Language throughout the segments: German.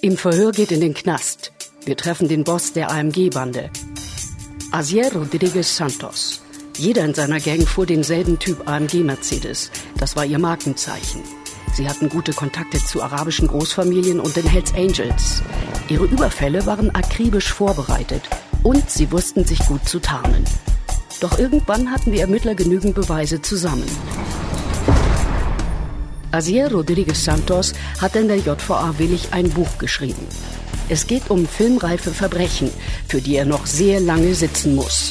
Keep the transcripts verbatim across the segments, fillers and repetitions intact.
Im Verhör geht in den Knast. Wir treffen den Boss der A M G-Bande. Asier Rodriguez Santos. Jeder in seiner Gang fuhr denselben Typ A M G-Mercedes. Das war ihr Markenzeichen. Sie hatten gute Kontakte zu arabischen Großfamilien und den Hells Angels. Ihre Überfälle waren akribisch vorbereitet und sie wussten sich gut zu tarnen. Doch irgendwann hatten die Ermittler genügend Beweise zusammen. Asier Rodriguez Santos hat in der J V A willig ein Buch geschrieben. Es geht um filmreife Verbrechen, für die er noch sehr lange sitzen muss.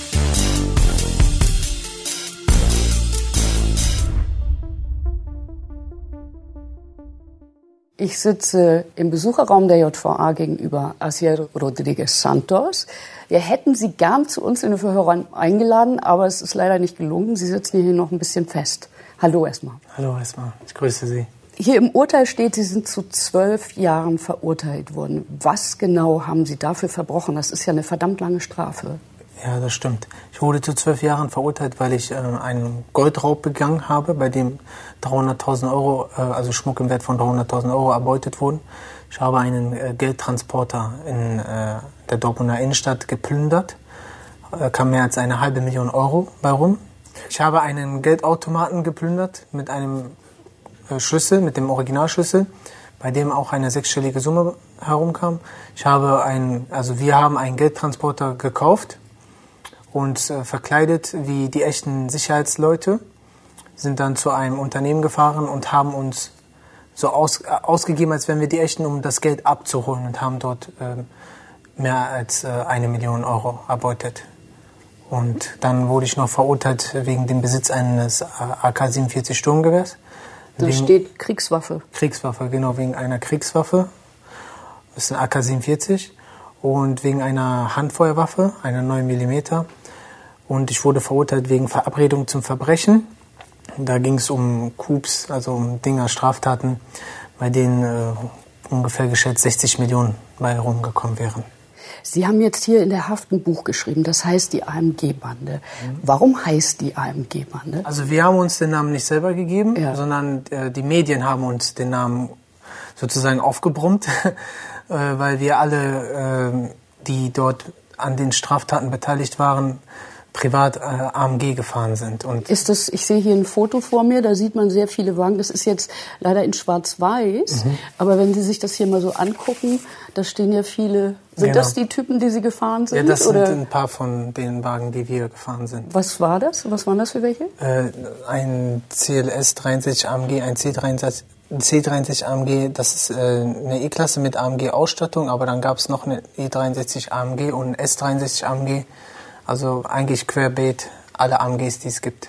Ich sitze im Besucherraum der J V A gegenüber Asier Rodriguez Santos. Wir hätten Sie gern zu uns in den Verhör eingeladen, aber es ist leider nicht gelungen. Sie sitzen hier noch ein bisschen fest. Hallo erstmal. Hallo erstmal, ich grüße Sie. Hier im Urteil steht, Sie sind zu zwölf Jahren verurteilt worden. Was genau haben Sie dafür verbrochen? Das ist ja eine verdammt lange Strafe. Ja, das stimmt. Ich wurde zu zwölf Jahren verurteilt, weil ich äh, einen Goldraub begangen habe, bei dem dreihunderttausend Euro, äh, also Schmuck im Wert von dreihunderttausend Euro erbeutet wurden. Ich habe einen äh, Geldtransporter in äh, der Dortmunder Innenstadt geplündert. Äh, kam mehr als eine halbe Million Euro bei rum. Ich habe einen Geldautomaten geplündert mit einem äh, Schlüssel, mit dem Originalschlüssel, bei dem auch eine sechsstellige Summe herumkam. Ich habe einen, also wir haben einen Geldtransporter gekauft und äh, verkleidet wie die echten Sicherheitsleute, sind dann zu einem Unternehmen gefahren und haben uns so aus, äh, ausgegeben, als wären wir die Echten, um das Geld abzuholen, und haben dort äh, mehr als äh, eine Million Euro erbeutet. Und dann wurde ich noch verurteilt wegen dem Besitz eines A K siebenundvierzig Sturmgewehrs. Da steht Kriegswaffe. Kriegswaffe, genau, wegen einer Kriegswaffe. Das ist ein A K siebenundvierzig. Und wegen einer Handfeuerwaffe, einer neun Millimeter. Und ich wurde verurteilt wegen Verabredung zum Verbrechen. Da ging es um Coups, also um Dinger, Straftaten, bei denen äh, ungefähr geschätzt sechzig Millionen bei rumgekommen wären. Sie haben jetzt hier in der Haft ein Buch geschrieben, das heißt die A M G-Bande. Mhm. Warum heißt die A M G-Bande? Also wir haben uns den Namen nicht selber gegeben, ja. sondern äh, die Medien haben uns den Namen sozusagen aufgebrummt, äh, weil wir alle, äh, die dort an den Straftaten beteiligt waren, privat äh, A M G gefahren sind. Und ist das, ich sehe hier ein Foto vor mir, da sieht man sehr viele Wagen. Das ist jetzt leider in Schwarz-Weiß, mhm. aber wenn Sie sich das hier mal so angucken, da stehen ja viele. Sind genau. das die Typen, die Sie gefahren sind? Ja, das oder? sind ein paar von den Wagen, die wir gefahren sind. Was war das? Was waren das für welche? Äh, ein C L S dreiundsechzig A M G, ein C dreiundsechzig, C dreiundsechzig A M G, das ist äh, eine E-Klasse mit A M G-Ausstattung, aber dann gab es noch eine E dreiundsechzig A M G und ein S dreiundsechzig A M G. Also eigentlich querbeet alle A M Gs, die es gibt.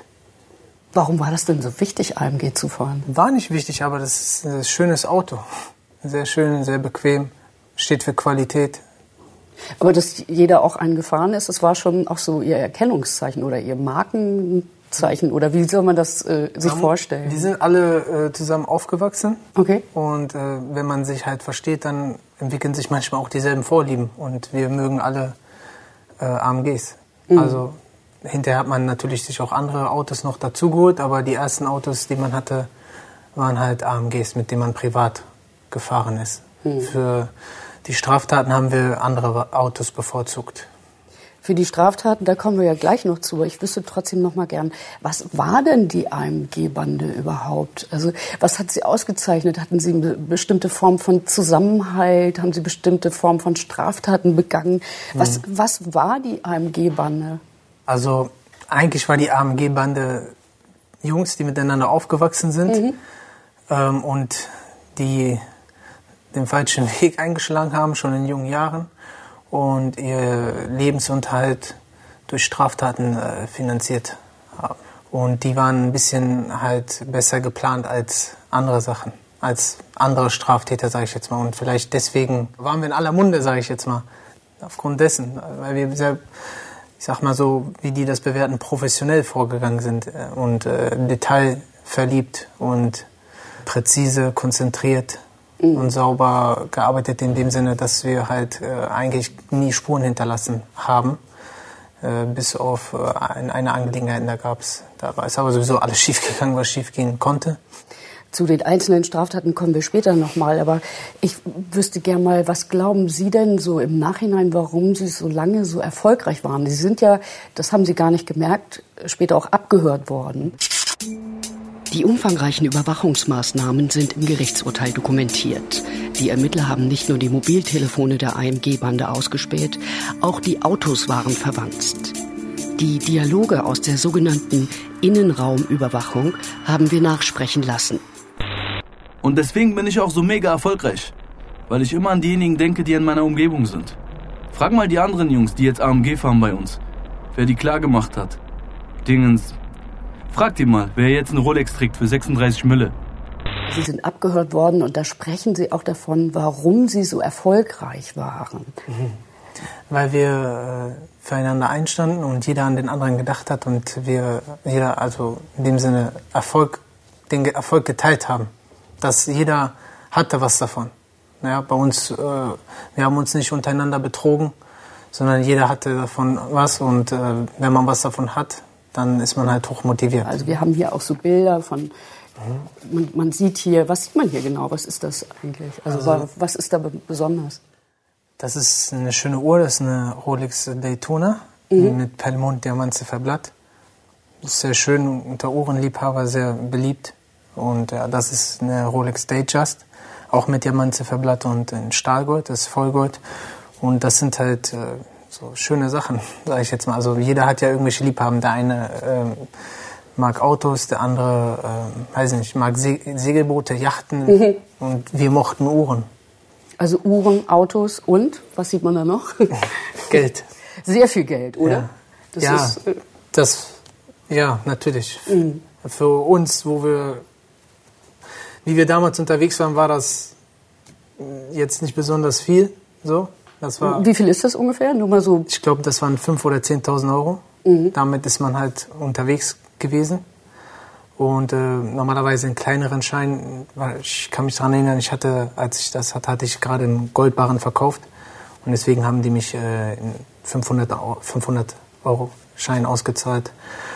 Warum war das denn so wichtig, A M G zu fahren? War nicht wichtig, aber das ist ein schönes Auto. Sehr schön, sehr bequem, steht für Qualität. Aber dass jeder auch einen gefahren ist, das war schon auch so Ihr Erkennungszeichen oder Ihr Markenzeichen, oder wie soll man das äh, sich um, vorstellen? Wir sind alle äh, zusammen aufgewachsen. Okay. Und äh, wenn man sich halt versteht, dann entwickeln sich manchmal auch dieselben Vorlieben. Und wir mögen alle äh, A M Gs. Mhm. Also hinterher hat man natürlich sich auch andere Autos noch dazugeholt, aber die ersten Autos, die man hatte, waren halt A M Gs, mit denen man privat gefahren ist. Mhm. Für die Straftaten haben wir andere Autos bevorzugt. Für die Straftaten, da kommen wir ja gleich noch zu. Ich wüsste trotzdem noch mal gern, was war denn die A M G-Bande überhaupt? Also was hat sie ausgezeichnet? Hatten Sie eine bestimmte Form von Zusammenhalt? Haben Sie bestimmte Form von Straftaten begangen? Was, mhm. was war die A M G-Bande? Also eigentlich war die A M G-Bande Jungs, die miteinander aufgewachsen sind mhm. ähm, und die den falschen Weg eingeschlagen haben, schon in jungen Jahren, und ihr Lebensunterhalt durch Straftaten äh, finanziert haben. Und die waren ein bisschen halt besser geplant als andere Sachen, als andere Straftäter, sage ich jetzt mal. Und vielleicht deswegen waren wir in aller Munde, sage ich jetzt mal, aufgrund dessen, weil wir sehr, ich sag mal so, wie die das bewerten, professionell vorgegangen sind und äh, detailverliebt und präzise, konzentriert mhm. und sauber gearbeitet, in dem Sinne, dass wir halt äh, eigentlich nie Spuren hinterlassen haben, äh, bis auf äh, eine Angelegenheit, da gab's, da war es aber sowieso alles schiefgegangen, was schiefgehen konnte. Zu den einzelnen Straftaten kommen wir später nochmal. Aber ich wüsste gerne mal, was glauben Sie denn so im Nachhinein, warum Sie so lange so erfolgreich waren? Sie sind ja, das haben Sie gar nicht gemerkt, später auch abgehört worden. Die umfangreichen Überwachungsmaßnahmen sind im Gerichtsurteil dokumentiert. Die Ermittler haben nicht nur die Mobiltelefone der A M G-Bande ausgespäht, auch die Autos waren verwanzt. Die Dialoge aus der sogenannten Innenraumüberwachung haben wir nachsprechen lassen. Und deswegen bin ich auch so mega erfolgreich, weil ich immer an diejenigen denke, die in meiner Umgebung sind. Frag mal die anderen Jungs, die jetzt A M G fahren bei uns, wer die klar gemacht hat. Dingens. Frag die mal, wer jetzt eine Rolex trägt für sechsunddreißig Mille. Sie sind abgehört worden und da sprechen Sie auch davon, warum Sie so erfolgreich waren. Mhm. Weil wir äh, füreinander einstanden und jeder an den anderen gedacht hat und wir jeder also in dem Sinne Erfolg, den Erfolg geteilt haben. Dass jeder hatte was davon. Ja, bei uns, äh, wir haben uns nicht untereinander betrogen, sondern jeder hatte davon was und äh, wenn man was davon hat, dann ist man halt hoch motiviert. Also wir haben hier auch so Bilder von, mhm. man, man sieht hier, was sieht man hier genau, was ist das eigentlich? Also, also was ist da besonders? Das ist eine schöne Uhr, das ist eine Rolex Daytona mhm. mit Perlmutt-Diamantzifferblatt. Das ist sehr schön, unter Uhrenliebhaber sehr beliebt. Und ja, das ist eine Rolex Datejust, auch mit Diamantzifferblatt und in Stahlgold, das ist Vollgold. Und das sind halt äh, so schöne Sachen, sage ich jetzt mal. Also jeder hat ja irgendwelche Liebhaben. Der eine äh, mag Autos, der andere, äh, weiß ich nicht, mag Se- Segelboote, Yachten mhm. und wir mochten Uhren. Also Uhren, Autos und, was sieht man da noch? Geld. Sehr viel Geld, oder? Ja, das, ja, ist, äh das, ja natürlich. Mhm. Für uns, wo wir, wie wir damals unterwegs waren, war das jetzt nicht besonders viel. So, das war. Wie viel ist das ungefähr? Nur mal so. Ich glaube, das waren fünftausend oder zehntausend Euro. Mhm. Damit ist man halt unterwegs gewesen. Und äh, normalerweise in kleineren Scheinen, weil ich kann mich daran erinnern, ich hatte, als ich das hatte, hatte ich gerade einen Goldbarren verkauft. Und deswegen haben die mich äh, in fünfhundert Euro Schein ausgezahlt.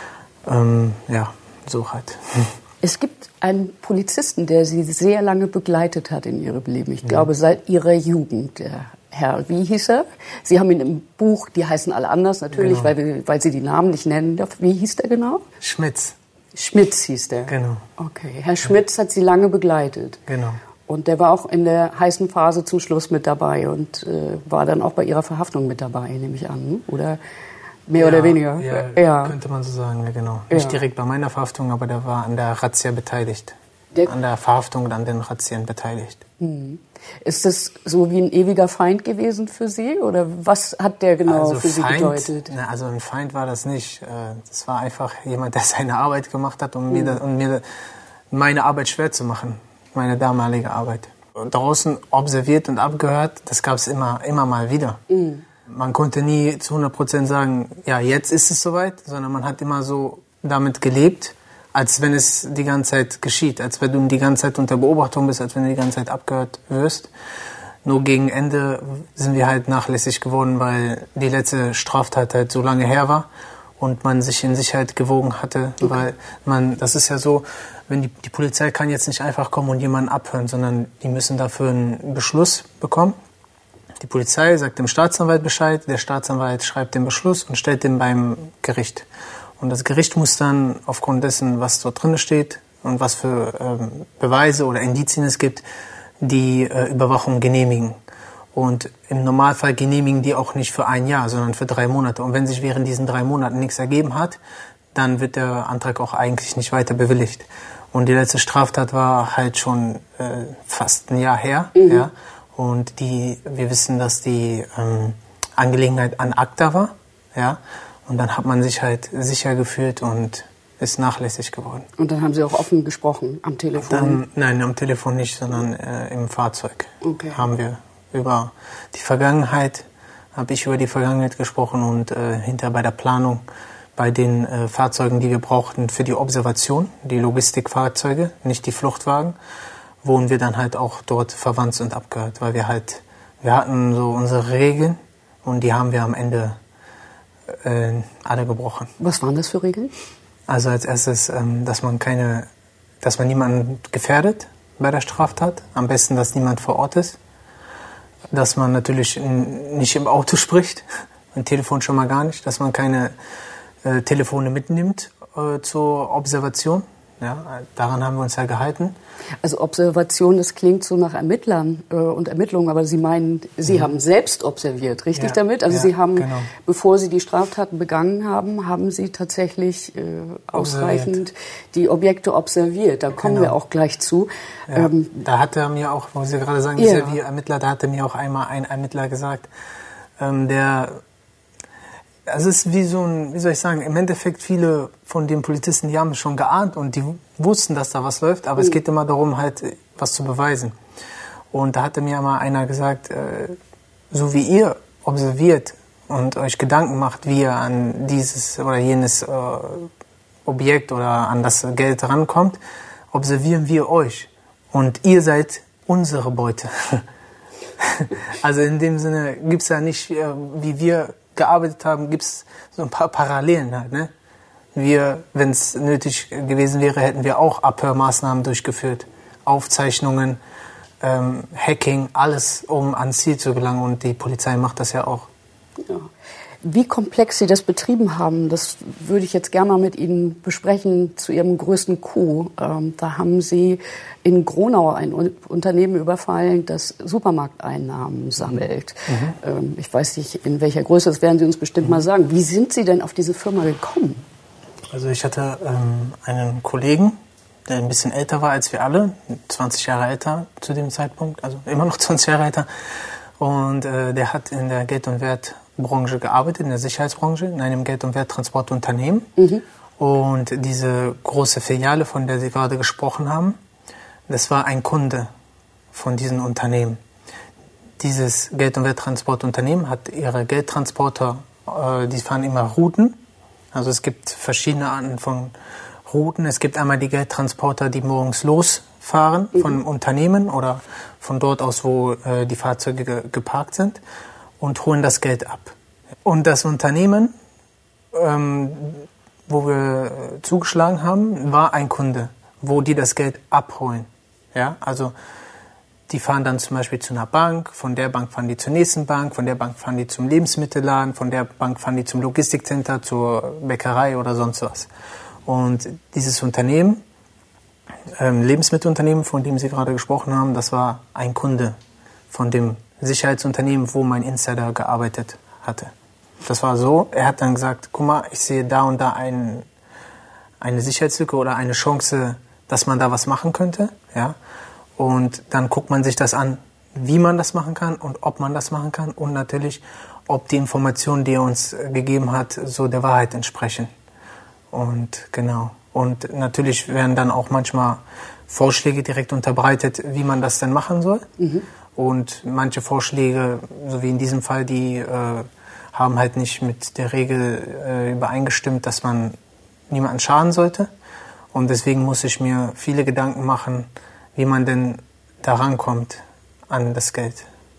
Ähm, ja, so halt. Es gibt einen Polizisten, der Sie sehr lange begleitet hat in Ihrem Leben. Ich glaube, seit Ihrer Jugend. Der Herr, wie hieß er? Sie haben ihn im Buch, die heißen alle anders natürlich, genau. weil, wir, weil Sie die Namen nicht nennen dürfen. Wie hieß der genau? Schmitz. Schmitz hieß der? Genau. Okay, Herr Schmitz hat Sie lange begleitet. Genau. Und der war auch in der heißen Phase zum Schluss mit dabei und äh, war dann auch bei Ihrer Verhaftung mit dabei, nehme ich an, oder? Mehr ja, oder weniger? Ja, ja, könnte man so sagen, ja, genau. Ja. Nicht direkt bei meiner Verhaftung, aber der war an der Razzia beteiligt. Der an der Verhaftung und an den Razzien beteiligt. Hm. Ist das so wie ein ewiger Feind gewesen für Sie? Oder was hat der genau also für Feind, Sie bedeutet? Na, also ein Feind war das nicht. Das war einfach jemand, der seine Arbeit gemacht hat, um, mhm. mir, um mir meine Arbeit schwer zu machen. Meine damalige Arbeit. Und draußen observiert und abgehört, das gab es immer, immer mal wieder. Mhm. Man konnte nie zu hundert Prozent sagen, ja, jetzt ist es soweit, sondern man hat immer so damit gelebt, als wenn es die ganze Zeit geschieht, als wenn du die ganze Zeit unter Beobachtung bist, als wenn du die ganze Zeit abgehört wirst. Nur gegen Ende sind wir halt nachlässig geworden, weil die letzte Straftat halt so lange her war und man sich in Sicherheit gewogen hatte, okay. weil man, das ist ja so, wenn die, die Polizei kann jetzt nicht einfach kommen und jemanden abhören, sondern die müssen dafür einen Beschluss bekommen. Die Polizei sagt dem Staatsanwalt Bescheid, der Staatsanwalt schreibt den Beschluss und stellt den beim Gericht. Und das Gericht muss dann aufgrund dessen, was dort drin steht und was für ähm, Beweise oder Indizien es gibt, die äh, Überwachung genehmigen. Und im Normalfall genehmigen die auch nicht für ein Jahr, sondern für drei Monate. Und wenn sich während diesen drei Monaten nichts ergeben hat, dann wird der Antrag auch eigentlich nicht weiter bewilligt. Und die letzte Straftat war halt schon äh, fast ein Jahr her. Mhm. Ja. Und die, wir wissen, dass die ähm, Angelegenheit an Acta war. Ja. Und dann hat man sich halt sicher gefühlt und ist nachlässig geworden. Und dann haben Sie auch offen gesprochen am Telefon? Dann, nein, am Telefon nicht, sondern äh, im Fahrzeug. Okay. Haben wir über die Vergangenheit, habe ich über die Vergangenheit gesprochen und äh, hinter bei der Planung bei den äh, Fahrzeugen, die wir brauchten für die Observation, die Logistikfahrzeuge, nicht die Fluchtwagen, wurden wir dann halt auch dort verwandt und abgehört, weil wir halt, wir hatten so unsere Regeln und die haben wir am Ende äh, alle gebrochen. Was waren das für Regeln? Also als erstes, ähm, dass man keine dass man niemanden gefährdet bei der Straftat. Am besten, dass niemand vor Ort ist. Dass man natürlich nicht im Auto spricht, ein Telefon schon mal gar nicht, dass man keine äh, Telefone mitnimmt äh, zur Observation. Ja, daran haben wir uns ja gehalten. Also Observation, das klingt so nach Ermittlern äh, und Ermittlungen, aber Sie meinen, Sie mhm. haben selbst observiert, richtig ja, damit? Also ja, Sie haben, genau. bevor Sie die Straftaten begangen haben, haben Sie tatsächlich äh, ausreichend die Objekte observiert. Da kommen genau. wir auch gleich zu. Ja, ähm, da hatte mir auch, wo Sie gerade sagen, ja. wie Ermittler, da hatte mir auch einmal ein Ermittler gesagt, ähm, der Also es ist wie so ein, wie soll ich sagen, im Endeffekt viele von den Polizisten, die haben es schon geahnt und die wussten, dass da was läuft, aber mhm. es geht immer darum, halt was zu beweisen. Und da hatte mir mal einer gesagt, äh, so wie ihr observiert und euch Gedanken macht, wie ihr an dieses oder jenes äh, Objekt oder an das Geld rankommt, observieren wir euch und ihr seid unsere Beute. Also in dem Sinne gibt es ja nicht, äh, wie wir gearbeitet haben, gibt es so ein paar Parallelen halt, ne? Wir, wenn es nötig gewesen wäre, hätten wir auch Abhörmaßnahmen durchgeführt, Aufzeichnungen, ähm, Hacking, alles, um ans Ziel zu gelangen, und die Polizei macht das ja auch. Ja. Wie komplex Sie das betrieben haben, das würde ich jetzt gerne mal mit Ihnen besprechen zu Ihrem größten Coup. Ähm, da haben Sie in Gronau ein Unternehmen überfallen, das Supermarkteinnahmen sammelt. Mhm. Ähm, ich weiß nicht, in welcher Größe, das werden Sie uns bestimmt mhm. mal sagen. Wie sind Sie denn auf diese Firma gekommen? Also ich hatte ähm, einen Kollegen, der ein bisschen älter war als wir alle, zwanzig Jahre älter zu dem Zeitpunkt, also immer noch zwanzig Jahre älter. Und äh, der hat in der Geld- und Wertbranche gearbeitet, in der Sicherheitsbranche, in einem Geld- und Werttransportunternehmen. Mhm. Und diese große Filiale, von der Sie gerade gesprochen haben, das war ein Kunde von diesem Unternehmen. Dieses Geld- und Werttransportunternehmen hat ihre Geldtransporter, äh, die fahren immer Routen. Also es gibt verschiedene Arten von Routen. Es gibt einmal die Geldtransporter, die morgens losfahren mhm. von Unternehmen oder von dort aus, wo äh, die Fahrzeuge ge- geparkt sind, und holen das Geld ab. Und das Unternehmen, ähm, wo wir zugeschlagen haben, war ein Kunde, wo die das Geld abholen. Ja, also die fahren dann zum Beispiel zu einer Bank, von der Bank fahren die zur nächsten Bank, von der Bank fahren die zum Lebensmittelladen, von der Bank fahren die zum Logistikcenter, zur Bäckerei oder sonst was. Und dieses Unternehmen, ähm, Lebensmittelunternehmen, von dem Sie gerade gesprochen haben, das war ein Kunde von dem Sicherheitsunternehmen, wo mein Insider gearbeitet hatte. Das war so, er hat dann gesagt, guck mal, ich sehe da und da ein, eine Sicherheitslücke oder eine Chance, dass man da was machen könnte, ja. Und dann guckt man sich das an, wie man das machen kann und ob man das machen kann und natürlich, ob die Informationen, die er uns gegeben hat, so der Wahrheit entsprechen. Und genau. Und natürlich werden dann auch manchmal Vorschläge direkt unterbreitet, wie man das denn machen soll. Mhm. Und manche Vorschläge, so wie in diesem Fall, die äh, haben halt nicht mit der Regel äh, übereingestimmt, dass man niemanden schaden sollte. Und deswegen muss ich mir viele Gedanken machen, wie man denn da rankommt an das Geld.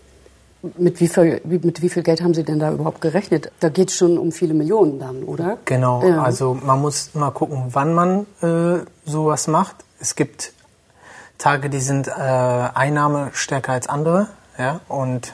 Mit wie viel, mit wie viel Geld haben Sie denn da überhaupt gerechnet? Da geht es schon um viele Millionen dann, oder? Genau, ja. Also man muss mal gucken, wann man äh, sowas macht. Es gibt Tage, die sind äh, einnahmestärker als andere. Ja? Und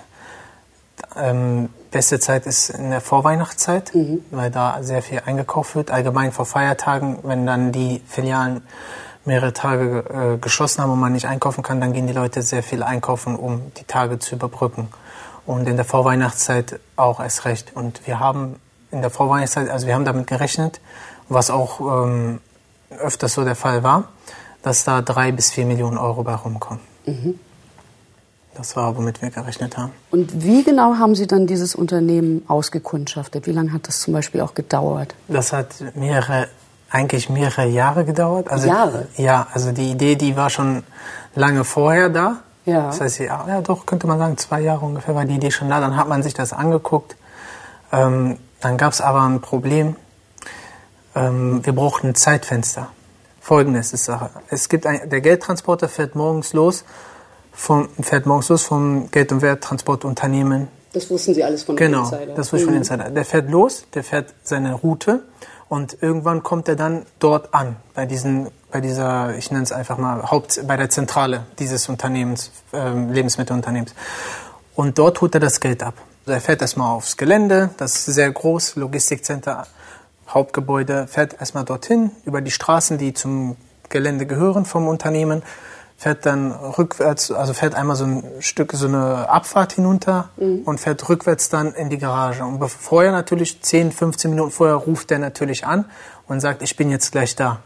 ähm, beste Zeit ist in der Vorweihnachtszeit, mhm. weil da sehr viel eingekauft wird. Allgemein vor Feiertagen, wenn dann die Filialen mehrere Tage äh, geschlossen haben und man nicht einkaufen kann, dann gehen die Leute sehr viel einkaufen, um die Tage zu überbrücken. Und in der Vorweihnachtszeit auch erst recht. Und wir haben in der Vorweihnachtszeit, also wir haben damit gerechnet, was auch ähm, öfters so der Fall war, dass da drei bis vier Millionen Euro bei rumkommen. Mhm. Das war, womit wir gerechnet haben. Und wie genau haben Sie dann dieses Unternehmen ausgekundschaftet? Wie lange hat das zum Beispiel auch gedauert? Das hat mehrere eigentlich mehrere Jahre gedauert. Also, Jahre? Ja, also die Idee, die war schon lange vorher da. Ja. Das heißt, ja, ja doch, könnte man sagen, zwei Jahre ungefähr war die Idee schon da. Dann hat man sich das angeguckt. Ähm, dann gab es aber ein Problem. Ähm, wir brauchten ein Zeitfenster. Folgendes ist Sache. Es gibt ein, der Geldtransporter fährt morgens los, vom, fährt morgens los vom Geld- und Werttransportunternehmen. Das wussten Sie alles von genau, Insider? Genau, das wusste ich mhm. von Insider. Der fährt los, der fährt seine Route Und irgendwann kommt er dann dort an, bei diesen, bei dieser, ich nenne es einfach mal, Haupt, bei der Zentrale dieses Unternehmens, äh, Lebensmittelunternehmens. Und dort holt er das Geld ab. Er fährt erstmal aufs Gelände, das ist sehr groß, Logistikcenter, Hauptgebäude, fährt erstmal dorthin, über die Straßen, die zum Gelände gehören vom Unternehmen, fährt dann rückwärts, also fährt einmal so ein Stück, so eine Abfahrt hinunter mhm. und fährt rückwärts dann in die Garage. Und vorher natürlich, zehn, fünfzehn Minuten vorher, ruft er natürlich an und sagt, ich bin jetzt gleich da.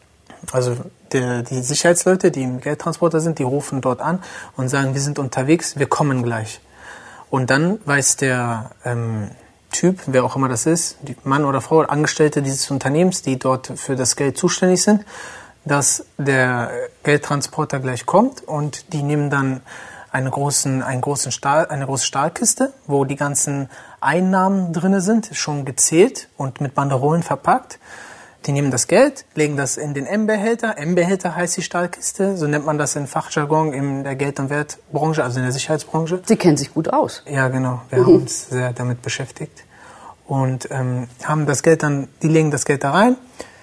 Also die, die Sicherheitsleute, die im Geldtransporter sind, die rufen dort an und sagen, wir sind unterwegs, wir kommen gleich. Und dann weiß der ähm, Typ, wer auch immer das ist, die Mann oder Frau, Angestellte dieses Unternehmens, die dort für das Geld zuständig sind, dass der Geldtransporter gleich kommt und die nehmen dann eine, großen, einen großen Stahl, eine große Stahlkiste, wo die ganzen Einnahmen drin sind, schon gezählt und mit Banderolen verpackt. Die nehmen das Geld, legen das in den M-Behälter. M-Behälter heißt die Stahlkiste, so nennt man das in Fachjargon in der Geld- und Wertbranche, also in der Sicherheitsbranche. Sie kennen sich gut aus. Ja, genau. Wir mhm. haben uns sehr damit beschäftigt und ähm, haben das Geld dann, die legen das Geld da rein,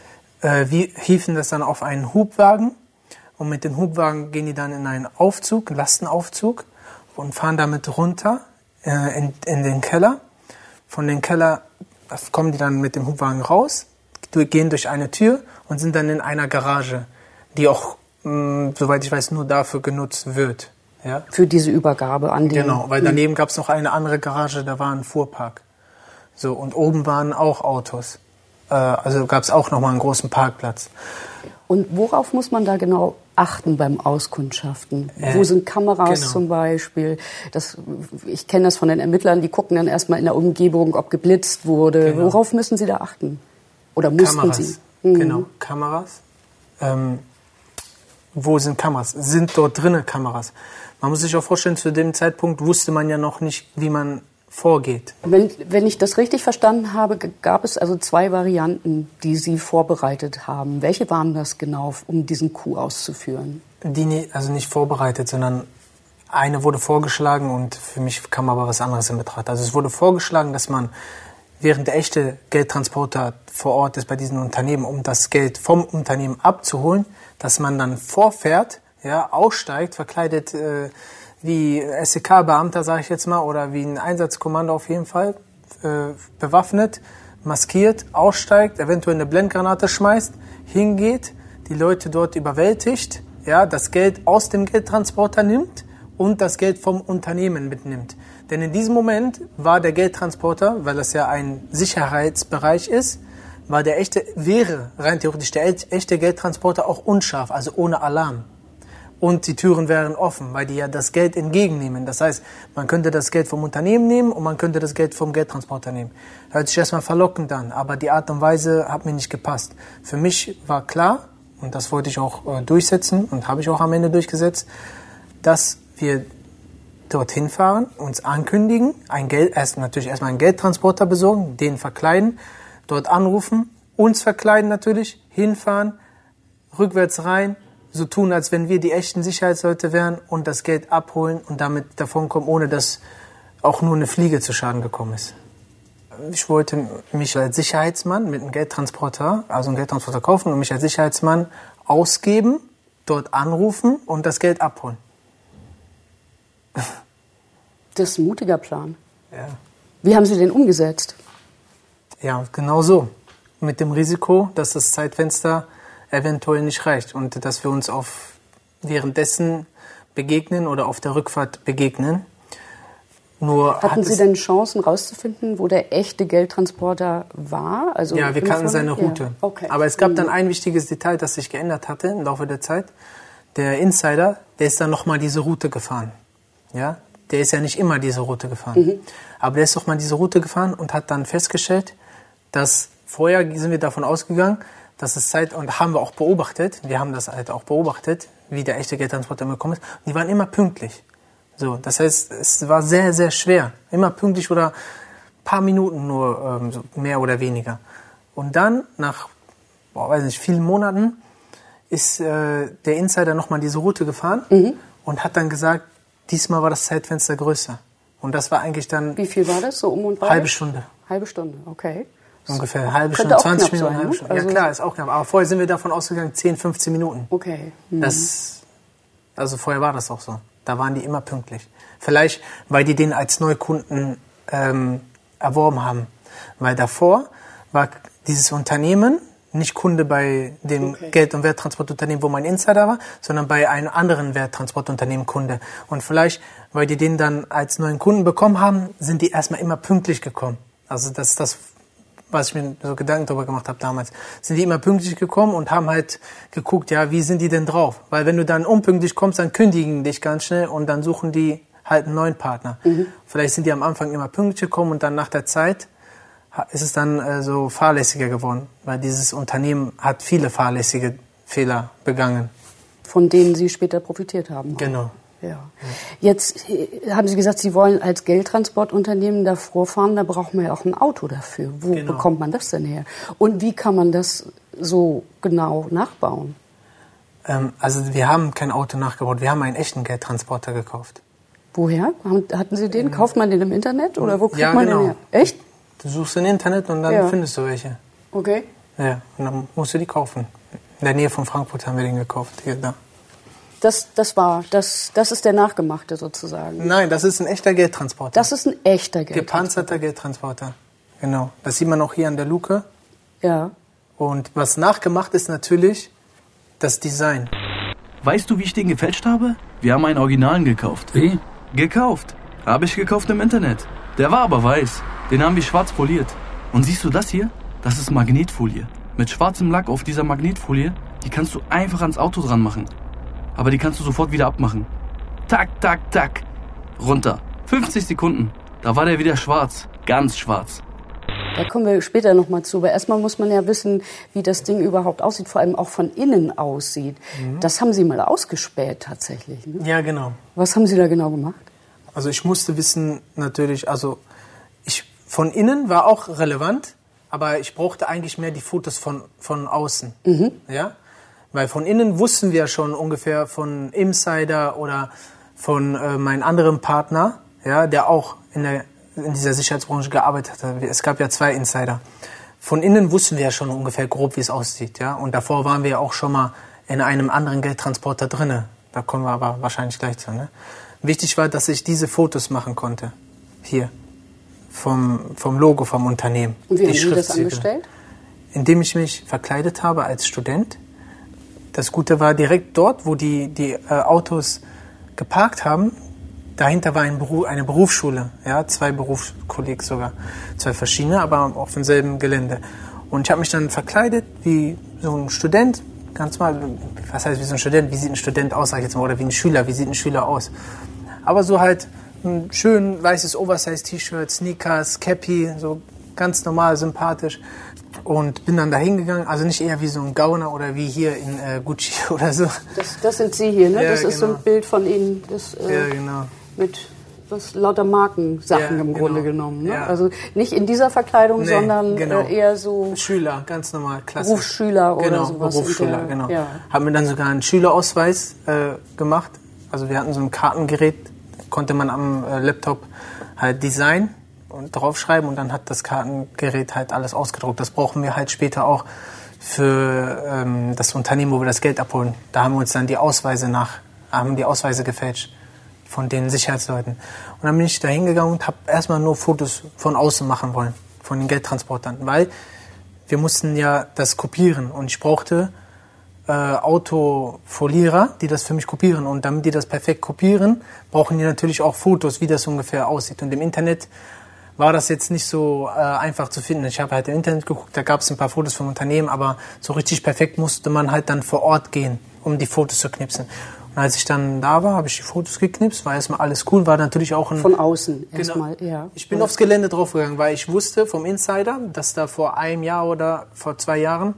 äh, wir hieven das dann auf einen Hubwagen und mit dem Hubwagen gehen die dann in einen Aufzug, einen Lastenaufzug und fahren damit runter äh, in, in den Keller. Von dem Keller kommen die dann mit dem Hubwagen raus, gehen durch eine Tür und sind dann in einer Garage, die auch, mh, soweit ich weiß, nur dafür genutzt wird. Ja? Für diese Übergabe an die... Genau, weil daneben gab es noch eine andere Garage, da war ein Fuhrpark. So, und oben waren auch Autos. Äh, also gab es auch nochmal einen großen Parkplatz. Und worauf muss man da genau achten beim Auskundschaften? Äh, Wo sind Kameras genau. zum Beispiel? Das, ich kenne das von den Ermittlern, die gucken dann erstmal in der Umgebung, ob geblitzt wurde. Genau. Worauf müssen sie da achten? Oder mussten Kameras. Sie? Mhm. Genau, Kameras. Ähm, wo sind Kameras? Sind dort drinnen Kameras? Man muss sich auch vorstellen, zu dem Zeitpunkt wusste man ja noch nicht, wie man vorgeht. Wenn, wenn ich das richtig verstanden habe, gab es also zwei Varianten, die Sie vorbereitet haben. Welche waren das genau, um diesen Coup auszuführen? Die also nicht vorbereitet, sondern eine wurde vorgeschlagen und für mich kam aber was anderes in Betracht. Also es wurde vorgeschlagen, dass man während der echte Geldtransporter vor Ort ist bei diesen Unternehmen, um das Geld vom Unternehmen abzuholen, dass man dann vorfährt, ja, aussteigt, verkleidet äh, wie S E K-Beamter, sage ich jetzt mal, oder wie ein Einsatzkommando auf jeden Fall, äh, bewaffnet, maskiert, aussteigt, eventuell eine Blendgranate schmeißt, hingeht, die Leute dort überwältigt, ja, das Geld aus dem Geldtransporter nimmt und das Geld vom Unternehmen mitnimmt. Denn in diesem Moment war der Geldtransporter, weil das ja ein Sicherheitsbereich ist, war der echte, wäre rein theoretisch der echte Geldtransporter auch unscharf, also ohne Alarm. Und die Türen wären offen, weil die ja das Geld entgegennehmen. Das heißt, man könnte das Geld vom Unternehmen nehmen und man könnte das Geld vom Geldtransporter nehmen. Hört sich erstmal verlockend an, aber die Art und Weise hat mir nicht gepasst. Für mich war klar, und das wollte ich auch äh, durchsetzen und habe ich auch am Ende durchgesetzt, dass wir dorthin fahren, uns ankündigen, ein Geld, erst natürlich erstmal einen Geldtransporter besorgen, den verkleiden, dort anrufen, uns verkleiden natürlich, hinfahren, rückwärts rein, so tun, als wenn wir die echten Sicherheitsleute wären und das Geld abholen und damit davonkommen, ohne dass auch nur eine Fliege zu Schaden gekommen ist. Ich wollte mich als Sicherheitsmann mit einem Geldtransporter, also einen Geldtransporter kaufen und mich als Sicherheitsmann ausgeben, dort anrufen und das Geld abholen. Das ist ein mutiger Plan. Ja. Wie haben Sie den umgesetzt? Ja, genau so. Mit dem Risiko, dass das Zeitfenster eventuell nicht reicht und dass wir uns auf währenddessen begegnen oder auf der Rückfahrt begegnen. Nur Hatten Sie denn Chancen rauszufinden, wo der echte Geldtransporter war? Also ja, wir kannten seine Route. Ja. Okay. Aber es gab dann ein wichtiges Detail, das sich geändert hatte im Laufe der Zeit. Der Insider, der ist dann nochmal diese Route gefahren. Ja, der ist ja nicht immer diese Route gefahren. Mhm. Aber der ist doch mal diese Route gefahren und hat dann festgestellt, dass vorher sind wir davon ausgegangen, dass es Zeit, und haben wir auch beobachtet, wir haben das halt auch beobachtet, wie der echte Geldtransporter immer gekommen ist, und die waren immer pünktlich. So, das heißt, es war sehr, sehr schwer. Immer pünktlich oder ein paar Minuten nur, ähm, so mehr oder weniger. Und dann, nach, boah, weiß nicht, vielen Monaten, ist äh, der Insider nochmal diese Route gefahren mhm. und hat dann gesagt, diesmal war das Zeitfenster größer. Und das war eigentlich dann... Wie viel war das, so um und bei? Halbe Stunde. Halbe Stunde, okay. Ungefähr eine halbe Stunde, zwanzig Minuten, eine halbe Stunde. Also ja klar, ist auch knapp. Aber vorher sind wir davon ausgegangen, zehn, fünfzehn Minuten. Okay. Mhm. Das, also vorher war das auch so. Da waren die immer pünktlich. Vielleicht, weil die den als Neukunden ähm, erworben haben. Weil davor war dieses Unternehmen nicht Kunde bei dem okay. Geld- und Werttransportunternehmen, wo mein Insider war, sondern bei einem anderen Werttransportunternehmen Kunde. Und vielleicht, weil die den dann als neuen Kunden bekommen haben, sind die erstmal immer pünktlich gekommen. Also das ist das, was ich mir so Gedanken darüber gemacht habe damals. Sind die immer pünktlich gekommen und haben halt geguckt, ja, wie sind die denn drauf? Weil wenn du dann unpünktlich kommst, dann kündigen dich ganz schnell und dann suchen die halt einen neuen Partner. Mhm. Vielleicht sind die am Anfang immer pünktlich gekommen und dann nach der Zeit ist es dann äh, so fahrlässiger geworden. Weil dieses Unternehmen hat viele fahrlässige Fehler begangen. Von denen Sie später profitiert haben. Genau. Ja. Jetzt haben Sie gesagt, Sie wollen als Geldtransportunternehmen da vorfahren, da braucht man ja auch ein Auto dafür. Wo genau. bekommt man das denn her? Und wie kann man das so genau nachbauen? Ähm, also wir haben kein Auto nachgebaut, wir haben einen echten Geldtransporter gekauft. Woher? Hatten Sie den? Kauft man den im Internet oder wo kriegt ja, man genau. den her? Echt? Du suchst im Internet und dann ja. findest du welche. Okay. Ja, und dann musst du die kaufen. In der Nähe von Frankfurt haben wir den gekauft, hier, da. Das, das war, das, das ist der Nachgemachte sozusagen? Nein, das ist ein echter Geldtransporter. Das ist ein echter Geldtransporter? Gepanzerter Geldtransporter, genau. Das sieht man auch hier an der Luke. Ja. Und was nachgemacht ist natürlich das Design. Weißt du, wie ich den gefälscht habe? Wir haben einen Originalen gekauft. Wie? Gekauft. Habe ich gekauft im Internet. Der war aber weiß. Den haben wir schwarz poliert. Und siehst du das hier? Das ist Magnetfolie. Mit schwarzem Lack auf dieser Magnetfolie, die kannst du einfach ans Auto dran machen. Aber die kannst du sofort wieder abmachen. Tak, tak, tak. Runter. fünfzig Sekunden. Da war der wieder schwarz. Ganz schwarz. Da kommen wir später noch mal zu. Aber erstmal muss man ja wissen, wie das Ding überhaupt aussieht, vor allem auch von innen aussieht. Mhm. Das haben Sie mal ausgespäht tatsächlich, ne? Ja, genau. Was haben Sie da genau gemacht? Also ich musste wissen, natürlich, also ich von innen war auch relevant, aber ich brauchte eigentlich mehr die Fotos von, von außen. Mhm. Ja? Weil von innen wussten wir schon ungefähr von Insider oder von äh, meinem anderen Partner, ja, der auch in, der, in dieser Sicherheitsbranche gearbeitet hat. Es gab ja zwei Insider. Von innen wussten wir ja schon ungefähr grob, wie es aussieht. Ja? Und davor waren wir ja auch schon mal in einem anderen Geldtransporter drinne. Da kommen wir aber wahrscheinlich gleich zu. Ne? Wichtig war, dass ich diese Fotos machen konnte. Hier. Vom, vom Logo vom Unternehmen. Und wie haben Sie das angestellt? Indem ich mich verkleidet habe als Student. Das Gute war, direkt dort, wo die, die äh, Autos geparkt haben, dahinter war ein Beruf, eine Berufsschule. Ja, zwei Berufskollegs sogar. Zwei verschiedene, aber auf demselben Gelände. Und ich habe mich dann verkleidet wie so ein Student. Ganz mal, was heißt wie so ein Student? Wie sieht ein Student aus, sag ich jetzt mal? Oder wie ein Schüler, wie sieht ein Schüler aus? Aber so halt ein schön weißes Oversize-T-Shirt, Sneakers, Cappy, so ganz normal, sympathisch. Und bin dann da hingegangen, also nicht eher wie so ein Gauner oder wie hier in äh, Gucci oder so. Das, das sind Sie hier, ne? Ja, das ist genau. so ein Bild von Ihnen. Das, äh, ja, genau. Mit was, lauter Markensachen ja, im genau. Grunde genommen. Ne? Ja. Also nicht in dieser Verkleidung, nee, sondern genau. äh, eher so... Schüler, ganz normal, klassisch. Berufsschüler oder genau, sowas. Berufsschüler, der, genau. Ja. Haben mir dann sogar einen Schülerausweis äh, gemacht. Also wir hatten so ein Kartengerät, konnte man am äh, Laptop halt Design und draufschreiben und dann hat das Kartengerät halt alles ausgedruckt. Das brauchen wir halt später auch für ähm, das Unternehmen, wo wir das Geld abholen. Da haben wir uns dann die Ausweise nach, haben die Ausweise gefälscht von den Sicherheitsleuten. Und dann bin ich da hingegangen und habe erstmal nur Fotos von außen machen wollen, von den Geldtransportern, weil wir mussten ja das kopieren und ich brauchte äh, Autofolierer, die das für mich kopieren. Und damit die das perfekt kopieren, brauchen die natürlich auch Fotos, wie das ungefähr aussieht. Und im Internet war das jetzt nicht so äh, einfach zu finden. Ich habe halt im Internet geguckt, da gab es ein paar Fotos vom Unternehmen, aber so richtig perfekt musste man halt dann vor Ort gehen, um die Fotos zu knipsen. Und als ich dann da war, habe ich die Fotos geknipst, war erstmal alles cool, war natürlich auch ein... Von außen genau, erstmal, ja. Ich bin aufs Gelände draufgegangen, weil ich wusste vom Insider, dass da vor einem Jahr oder vor zwei Jahren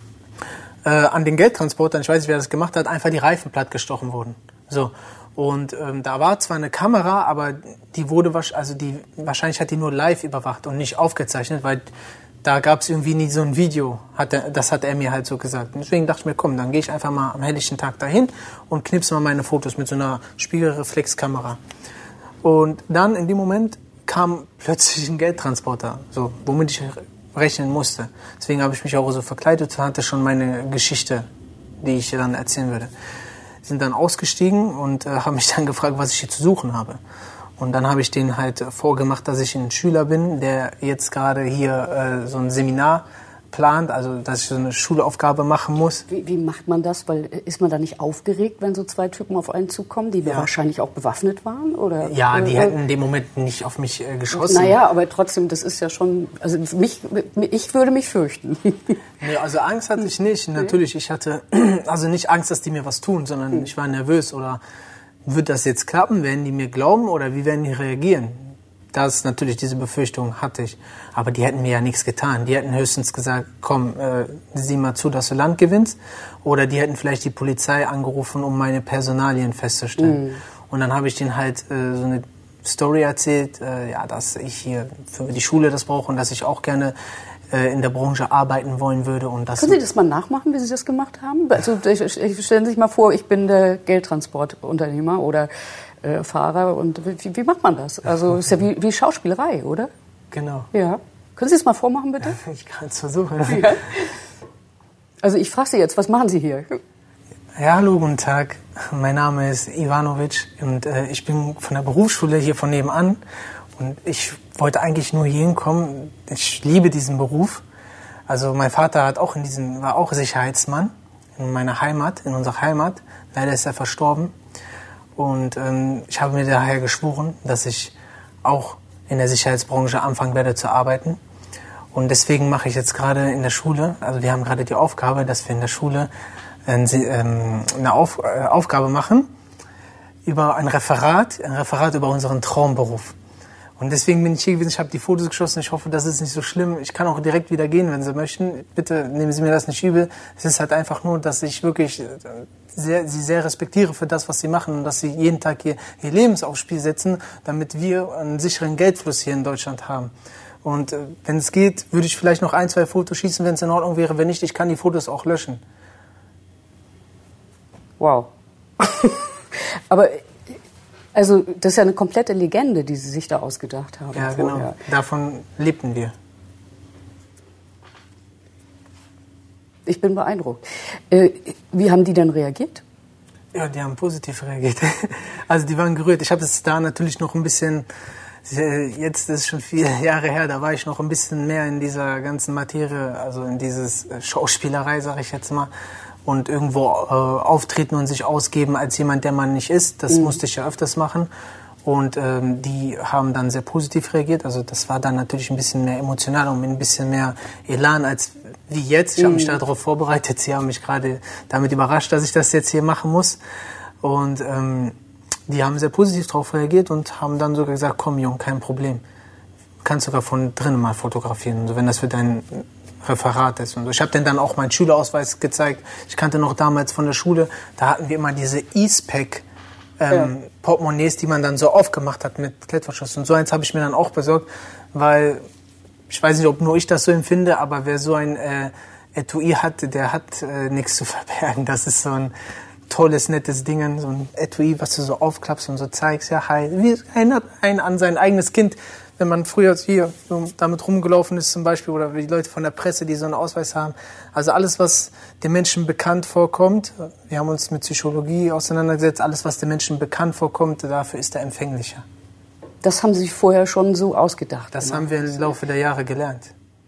äh, an den Geldtransportern, ich weiß nicht, wer das gemacht hat, einfach die Reifen platt gestochen wurden. So. Und ähm, da war zwar eine Kamera, aber die wurde also die wahrscheinlich hat die nur live überwacht und nicht aufgezeichnet, weil da gab es irgendwie nie so ein Video. Hat er, das hat er mir halt so gesagt. Und deswegen dachte ich mir, komm, dann gehe ich einfach mal am helllichten Tag dahin und knipse mal meine Fotos mit so einer Spiegelreflexkamera. Und dann in dem Moment kam plötzlich ein Geldtransporter, so womit ich rechnen musste. Deswegen habe ich mich auch so verkleidet und hatte schon meine Geschichte, die ich dann erzählen würde. Sind dann ausgestiegen und äh, haben mich dann gefragt, was ich hier zu suchen habe. Und dann habe ich denen halt vorgemacht, dass ich ein Schüler bin, der jetzt gerade hier äh, so ein Seminar plant, also dass ich so eine Schulaufgabe machen muss. Wie, wie macht man das? Weil ist man da nicht aufgeregt, wenn so zwei Typen auf einen zukommen, die ja. wahrscheinlich auch bewaffnet waren? Oder, ja, die äh, hätten in dem Moment nicht auf mich äh, geschossen. Naja, aber trotzdem, das ist ja schon, also mich, ich würde mich fürchten. Nee, also Angst hatte ich nicht. Natürlich, ich hatte also nicht Angst, dass die mir was tun, sondern hm. ich war nervös. Oder wird das jetzt klappen? Werden die mir glauben oder wie werden die reagieren? Das natürlich, diese Befürchtung hatte ich. Aber die hätten mir ja nichts getan. Die hätten höchstens gesagt, komm, äh, sieh mal zu, dass du Land gewinnst. Oder die hätten vielleicht die Polizei angerufen, um meine Personalien festzustellen. Mhm. Und dann habe ich denen halt äh, so eine Story erzählt, äh, ja, dass ich hier für die Schule das brauche und dass ich auch gerne äh, in der Branche arbeiten wollen würde. Und das Können Sie das mal nachmachen, wie Sie das gemacht haben? Also ich, ich, stellen Sie sich mal vor, ich bin der Geldtransportunternehmer oder Äh, Fahrer und wie, wie macht man das? Also ist ja wie, wie Schauspielerei, oder? Genau. Ja. Können Sie es mal vormachen, bitte? Ich kann es versuchen. Ja. Also ich frage Sie jetzt, was machen Sie hier? Ja, hallo, guten Tag. Mein Name ist Ivanovic und äh, ich bin von der Berufsschule hier von nebenan und ich wollte eigentlich nur hier hinkommen. Ich liebe diesen Beruf. Also mein Vater hat auch in diesen, war auch Sicherheitsmann in meiner Heimat, in unserer Heimat. Leider ist er verstorben. Und ähm, ich habe mir daher geschworen, dass ich auch in der Sicherheitsbranche anfangen werde zu arbeiten. Und deswegen mache ich jetzt gerade in der Schule, also wir haben gerade die Aufgabe, dass wir in der Schule äh, ähm, eine Auf, äh, Aufgabe machen über ein Referat, ein Referat über unseren Traumberuf. Und deswegen bin ich hier gewesen, ich habe die Fotos geschossen, ich hoffe, das ist nicht so schlimm. Ich kann auch direkt wieder gehen, wenn Sie möchten. Bitte nehmen Sie mir das nicht übel. Es ist halt einfach nur, dass ich wirklich sehr, Sie sehr respektiere für das, was Sie machen und dass Sie jeden Tag hier Ihr Leben aufs Spiel setzen, damit wir einen sicheren Geldfluss hier in Deutschland haben. Und äh, wenn es geht, würde ich vielleicht noch ein, zwei Fotos schießen, wenn es in Ordnung wäre. Wenn nicht, ich kann die Fotos auch löschen. Wow. Aber also das ist ja eine komplette Legende, die Sie sich da ausgedacht haben. Ja, vorher. Genau. Davon lebten wir. Ich bin beeindruckt. Äh, wie haben die denn reagiert? Ja, die haben positiv reagiert. Also die waren gerührt. Ich habe es da natürlich noch ein bisschen, jetzt ist es schon viele Jahre her, da war ich noch ein bisschen mehr in dieser ganzen Materie, also in dieses Schauspielerei, sage ich jetzt mal. Und irgendwo äh, auftreten und sich ausgeben als jemand, der man nicht ist. Das mhm. musste ich ja öfters machen. Und ähm, die haben dann sehr positiv reagiert. Also das war dann natürlich ein bisschen mehr emotional und ein bisschen mehr Elan als wie jetzt. Ich mhm. habe mich darauf vorbereitet. Sie haben mich gerade damit überrascht, dass ich das jetzt hier machen muss. Und ähm, die haben sehr positiv darauf reagiert und haben dann sogar gesagt, komm Jung, kein Problem. Du kannst sogar von drinnen mal fotografieren, also wenn das für dein Referat ist. Und so. Ich habe denen dann auch meinen Schülerausweis gezeigt. Ich kannte noch damals von der Schule, da hatten wir immer diese Eastpak ähm, ja. Portemonnaies, die man dann so aufgemacht hat mit Klettverschluss. Und so eins habe ich mir dann auch besorgt, weil ich weiß nicht, ob nur ich das so empfinde, aber wer so ein äh, Etui hat, der hat äh, nichts zu verbergen. Das ist so ein tolles, nettes Ding, so ein Etui, was du so aufklappst und so zeigst. Ja, hi. Wie erinnert einen an sein eigenes Kind, wenn man früher hier so damit rumgelaufen ist zum Beispiel, oder die Leute von der Presse, die so einen Ausweis haben. Also alles, was den Menschen bekannt vorkommt, wir haben uns mit Psychologie auseinandergesetzt, alles, was den Menschen bekannt vorkommt, dafür ist er empfänglicher. Das haben Sie sich vorher schon so ausgedacht? Das haben wir im Laufe der Jahre gelernt.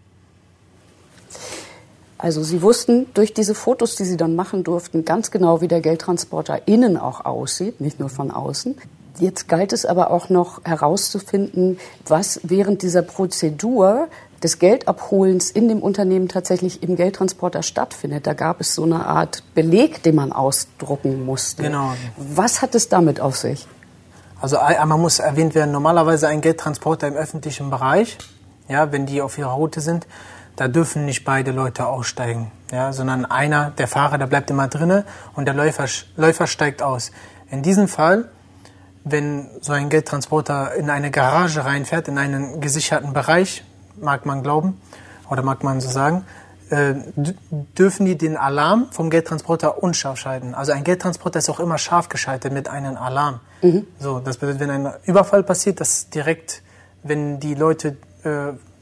Also Sie wussten durch diese Fotos, die Sie dann machen durften, ganz genau, wie der Geldtransporter innen auch aussieht, nicht nur von außen. Jetzt galt es aber auch noch herauszufinden, was während dieser Prozedur des Geldabholens in dem Unternehmen tatsächlich im Geldtransporter stattfindet. Da gab es so eine Art Beleg, den man ausdrucken musste. Genau. Was hat es damit auf sich? Also einmal muss erwähnt werden, normalerweise ein Geldtransporter im öffentlichen Bereich, ja, wenn die auf ihrer Route sind, da dürfen nicht beide Leute aussteigen, ja, sondern einer, der Fahrer, der bleibt immer drinne und der Läufer, Läufer steigt aus. In diesem Fall, wenn so ein Geldtransporter in eine Garage reinfährt, in einen gesicherten Bereich, mag man glauben oder mag man so sagen, äh, dürfen die den Alarm vom Geldtransporter unscharf schalten. Also ein Geldtransporter ist auch immer scharf geschaltet mit einem Alarm. Mhm. So, das bedeutet, wenn ein Überfall passiert, dass direkt, wenn die Leute äh,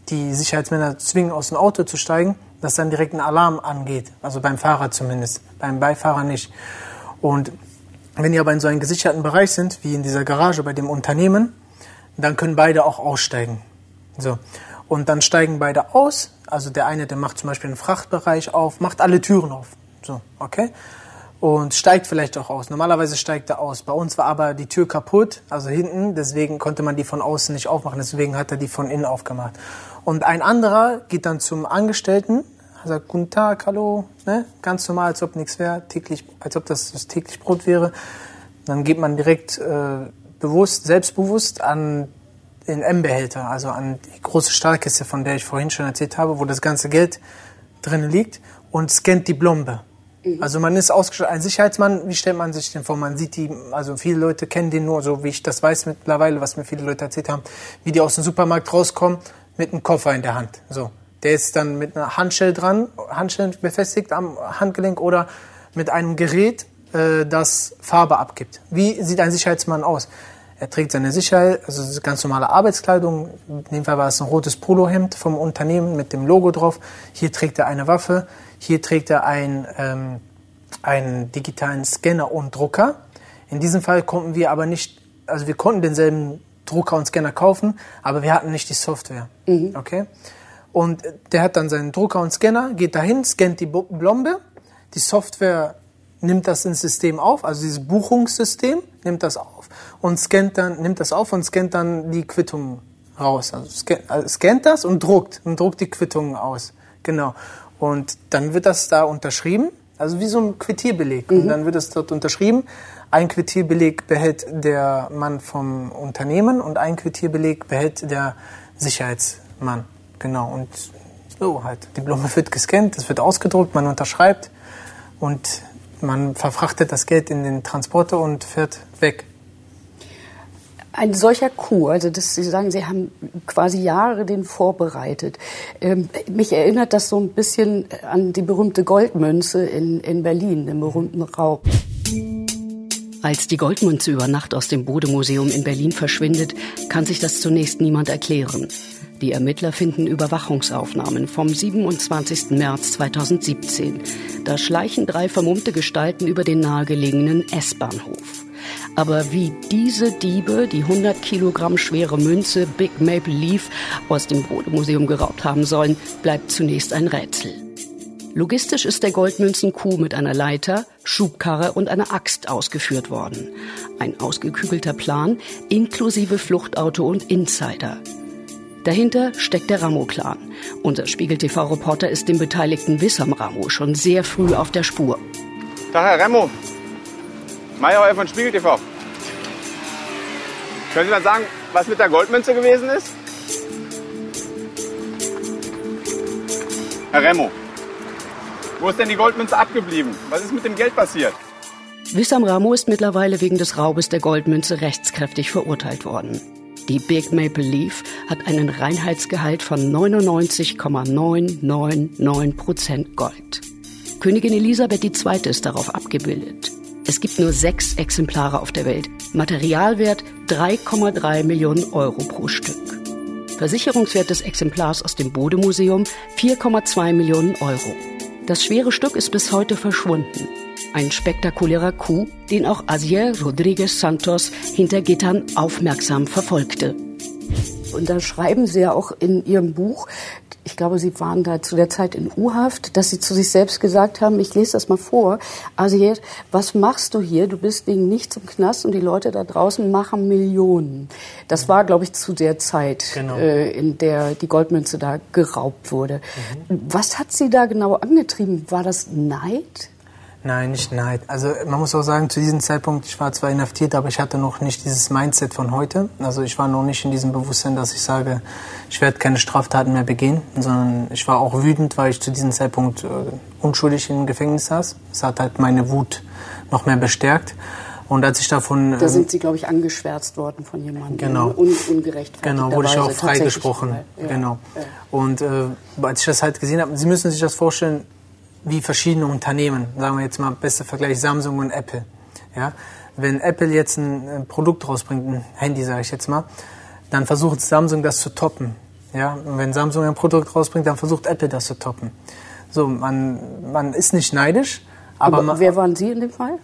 die Sicherheitsmänner zwingen, aus dem Auto zu steigen, dass dann direkt ein Alarm angeht. Also beim Fahrer zumindest, beim Beifahrer nicht. Und wenn die aber in so einem gesicherten Bereich sind, wie in dieser Garage bei dem Unternehmen, dann können beide auch aussteigen. So. Und dann steigen beide aus. Also der eine, der macht zum Beispiel einen Frachtbereich auf, macht alle Türen auf. So, okay? Und steigt vielleicht auch aus. Normalerweise steigt er aus. Bei uns war aber die Tür kaputt, also hinten. Deswegen konnte man die von außen nicht aufmachen. Deswegen hat er die von innen aufgemacht. Und ein anderer geht dann zum Angestellten, sagt, guten Tag, hallo, ne? Ganz normal, als ob nichts wäre, täglich, als ob das, das täglich Brot wäre. Dann geht man direkt äh, bewusst, selbstbewusst an den M-Behälter, also an die große Stahlkiste, von der ich vorhin schon erzählt habe, wo das ganze Geld drin liegt, und scannt die Blombe. Mhm. Also man ist ausgestattet, ein Sicherheitsmann, wie stellt man sich den vor? Man sieht die, also viele Leute kennen den nur, so wie ich das weiß mittlerweile, was mir viele Leute erzählt haben, wie die aus dem Supermarkt rauskommen mit einem Koffer in der Hand, so. Der ist dann mit einer Handschelle dran, Handschellen befestigt am Handgelenk oder mit einem Gerät, äh, das Farbe abgibt. Wie sieht ein Sicherheitsmann aus? Er trägt seine Sicherheit, also ganz normale Arbeitskleidung. In dem Fall war es ein rotes Polohemd vom Unternehmen mit dem Logo drauf. Hier trägt er eine Waffe. Hier trägt er ein, ähm, einen digitalen Scanner und Drucker. In diesem Fall konnten wir aber nicht, also wir konnten denselben Drucker und Scanner kaufen, aber wir hatten nicht die Software. Mhm. Okay? Und der hat dann seinen Drucker und Scanner, geht dahin, scannt die Blombe. Die Software nimmt das ins System auf, also dieses Buchungssystem nimmt das auf und scannt dann, nimmt das auf und scannt dann die Quittung raus. Also scannt, also scannt das und druckt und druckt die Quittungen aus. Genau. Und dann wird das da unterschrieben, also wie so ein Quittierbeleg. Mhm. Und dann wird es dort unterschrieben. Ein Quittierbeleg behält der Mann vom Unternehmen und ein Quittierbeleg behält der Sicherheitsmann. Genau, und so halt. Die Blume wird gescannt, es wird ausgedruckt, man unterschreibt und man verfrachtet das Geld in den Transporter und fährt weg. Ein solcher Coup, also das, Sie sagen, Sie haben quasi Jahre den vorbereitet. Ähm, mich erinnert das so ein bisschen an die berühmte Goldmünze in, in Berlin, den berühmten Raub. Als die Goldmünze über Nacht aus dem Bode-Museum in Berlin verschwindet, kann sich das zunächst niemand erklären. Die Ermittler finden Überwachungsaufnahmen vom siebenundzwanzigsten März zweitausendsiebzehn. Da schleichen drei vermummte Gestalten über den nahegelegenen S-Bahnhof. Aber wie diese Diebe die hundert Kilogramm schwere Münze Big Maple Leaf aus dem Bode-Museum geraubt haben sollen, bleibt zunächst ein Rätsel. Logistisch ist der Goldmünzen-Coup mit einer Leiter, Schubkarre und einer Axt ausgeführt worden. Ein ausgekügelter Plan inklusive Fluchtauto und Insider. Dahinter steckt der Ramo-Clan. Unser Spiegel-T V-Reporter ist dem beteiligten Wissam Ramo schon sehr früh auf der Spur. Tag, Herr Ramo. Meyerheuer von Spiegel T V. Können Sie mal sagen, was mit der Goldmünze gewesen ist? Herr Ramo, wo ist denn die Goldmünze abgeblieben? Was ist mit dem Geld passiert? Wissam Ramo ist mittlerweile wegen des Raubes der Goldmünze rechtskräftig verurteilt worden. Die Big Maple Leaf hat einen Reinheitsgehalt von neunundneunzig Komma neun neun neun Prozent Gold. Königin Elisabeth die Zweite ist darauf abgebildet. Es gibt nur sechs Exemplare auf der Welt. Materialwert drei Komma drei Millionen Euro pro Stück. Versicherungswert des Exemplars aus dem Bode-Museum vier Komma zwei Millionen Euro. Das schwere Stück ist bis heute verschwunden. Ein spektakulärer Coup, den auch Asier Rodriguez Santos hinter Gittern aufmerksam verfolgte. Und da schreiben Sie ja auch in Ihrem Buch, ich glaube, Sie waren da zu der Zeit in U-Haft, dass Sie zu sich selbst gesagt haben, ich lese das mal vor, Asier, was machst du hier? Du bist wegen nichts im Knast und die Leute da draußen machen Millionen. Das war, glaube ich, zu der Zeit, genau. äh, in der die Goldmünze da geraubt wurde. Mhm. Was hat Sie da genau angetrieben? War das Neid? Nein, nicht Neid. Also man muss auch sagen, zu diesem Zeitpunkt, ich war zwar inhaftiert, aber ich hatte noch nicht dieses Mindset von heute. Also ich war noch nicht in diesem Bewusstsein, dass ich sage, ich werde keine Straftaten mehr begehen, sondern ich war auch wütend, weil ich zu diesem Zeitpunkt äh, unschuldig im Gefängnis saß. Es hat halt meine Wut noch mehr bestärkt. Und als ich davon... Da sind Sie, glaube ich, angeschwärzt worden von jemandem. Genau. Un ungerechtfertigt. Genau, wurde ich auch freigesprochen. Ja. Genau. Ja. Und äh, als ich das halt gesehen habe, Sie müssen sich das vorstellen, wie verschiedene Unternehmen, sagen wir jetzt mal, bester Vergleich Samsung und Apple. Ja? Wenn Apple jetzt ein, ein Produkt rausbringt, ein Handy, sage ich jetzt mal, dann versucht Samsung das zu toppen. Ja? Und wenn Samsung ein Produkt rausbringt, dann versucht Apple das zu toppen. So, man, man ist nicht neidisch. Aber, aber man, wer waren Sie in dem Fall?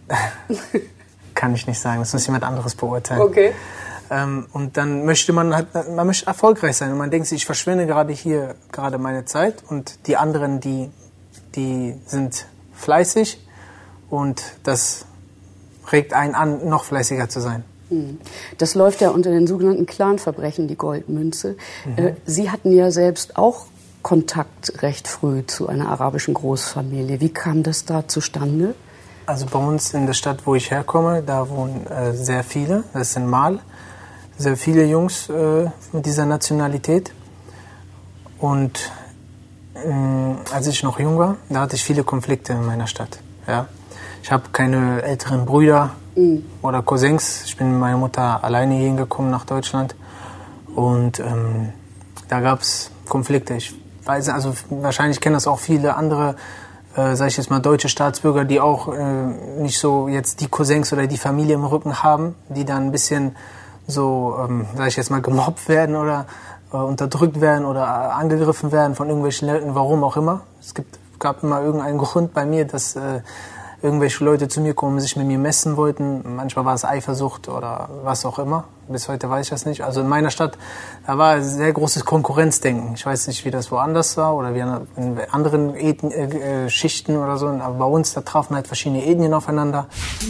Kann ich nicht sagen, das muss jemand anderes beurteilen. Okay. Ähm, und dann möchte man halt, man möchte erfolgreich sein. Und man denkt sich, ich verschwende gerade hier gerade meine Zeit und die anderen, die, die sind fleißig und das regt einen an, noch fleißiger zu sein. Das läuft ja unter den sogenannten Clanverbrechen, die Goldmünze. Mhm. Sie hatten ja selbst auch Kontakt recht früh zu einer arabischen Großfamilie. Wie kam das da zustande? Also bei uns in der Stadt, wo ich herkomme, da wohnen äh, sehr viele, das ist in Mal, sehr viele Jungs äh, mit dieser Nationalität. Und äh, als ich noch jung war, da hatte ich viele Konflikte in meiner Stadt. Ja? Ich habe keine älteren Brüder mhm. oder Cousins. Ich bin mit meiner Mutter alleine hier hingekommen nach Deutschland. Und ähm, da gab es Konflikte. Ich weiß, also wahrscheinlich kennen das auch viele andere, äh, sag ich jetzt mal, deutsche Staatsbürger, die auch äh, nicht so jetzt die Cousins oder die Familie im Rücken haben, die dann ein bisschen so, ähm, sag ich jetzt mal, gemobbt werden oder äh, unterdrückt werden oder äh, angegriffen werden von irgendwelchen Leuten, warum auch immer. Es gibt, gab immer irgendeinen Grund bei mir, dass äh, irgendwelche Leute zu mir kommen, sich mit mir messen wollten. Manchmal war es Eifersucht oder was auch immer. Bis heute weiß ich das nicht. Also in meiner Stadt, da war ein sehr großes Konkurrenzdenken. Ich weiß nicht, wie das woanders war oder wie in anderen Ethen, äh, Schichten oder so. Aber bei uns, da trafen halt verschiedene Ethnien aufeinander.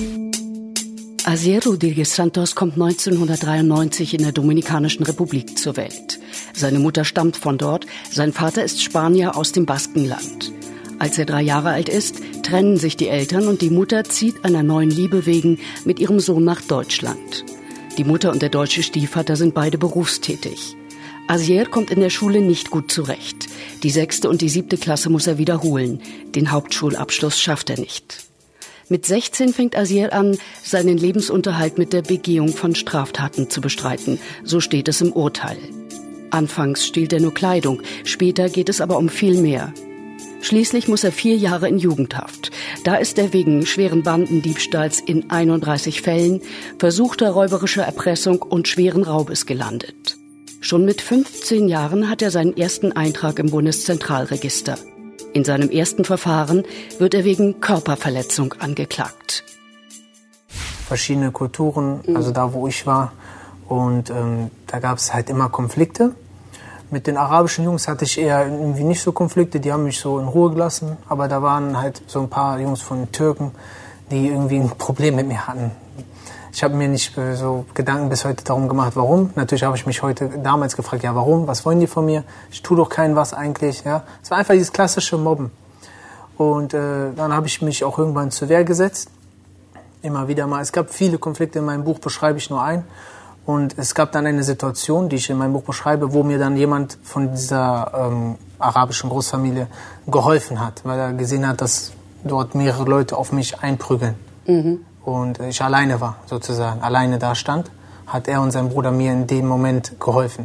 Asier Rodriguez Santos kommt neunzehnhundertdreiundneunzig in der Dominikanischen Republik zur Welt. Seine Mutter stammt von dort, sein Vater ist Spanier aus dem Baskenland. Als er drei Jahre alt ist, trennen sich die Eltern und die Mutter zieht einer neuen Liebe wegen mit ihrem Sohn nach Deutschland. Die Mutter und der deutsche Stiefvater sind beide berufstätig. Asier kommt in der Schule nicht gut zurecht. Die sechste und die siebte Klasse muss er wiederholen. Den Hauptschulabschluss schafft er nicht. Mit sechzehn fängt Asier an, seinen Lebensunterhalt mit der Begehung von Straftaten zu bestreiten. So steht es im Urteil. Anfangs stiehlt er nur Kleidung, später geht es aber um viel mehr. Schließlich muss er vier Jahre in Jugendhaft. Da ist er wegen schweren Bandendiebstahls in einunddreißig Fällen, versuchter räuberischer Erpressung und schweren Raubes gelandet. Schon mit fünfzehn Jahren hat er seinen ersten Eintrag im Bundeszentralregister. In seinem ersten Verfahren wird er wegen Körperverletzung angeklagt. Verschiedene Kulturen, also da, wo ich war. Und ähm, da gab es halt immer Konflikte. Mit den arabischen Jungs hatte ich eher irgendwie nicht so Konflikte, die haben mich so in Ruhe gelassen. Aber da waren halt so ein paar Jungs von den Türken, die irgendwie ein Problem mit mir hatten. Ich habe mir nicht so Gedanken bis heute darum gemacht, warum. Natürlich habe ich mich heute damals gefragt, ja warum, was wollen die von mir? Ich tue doch keinem was eigentlich. Ja, es war einfach dieses klassische Mobben. Und äh, dann habe ich mich auch irgendwann zur Wehr gesetzt. Immer wieder mal. Es gab viele Konflikte, in meinem Buch beschreibe ich nur einen. Und es gab dann eine Situation, die ich in meinem Buch beschreibe, wo mir dann jemand von dieser ähm, arabischen Großfamilie geholfen hat, weil er gesehen hat, dass dort mehrere Leute auf mich einprügeln. Mhm. Und ich alleine war, sozusagen, alleine da stand, hat er und sein Bruder mir in dem Moment geholfen.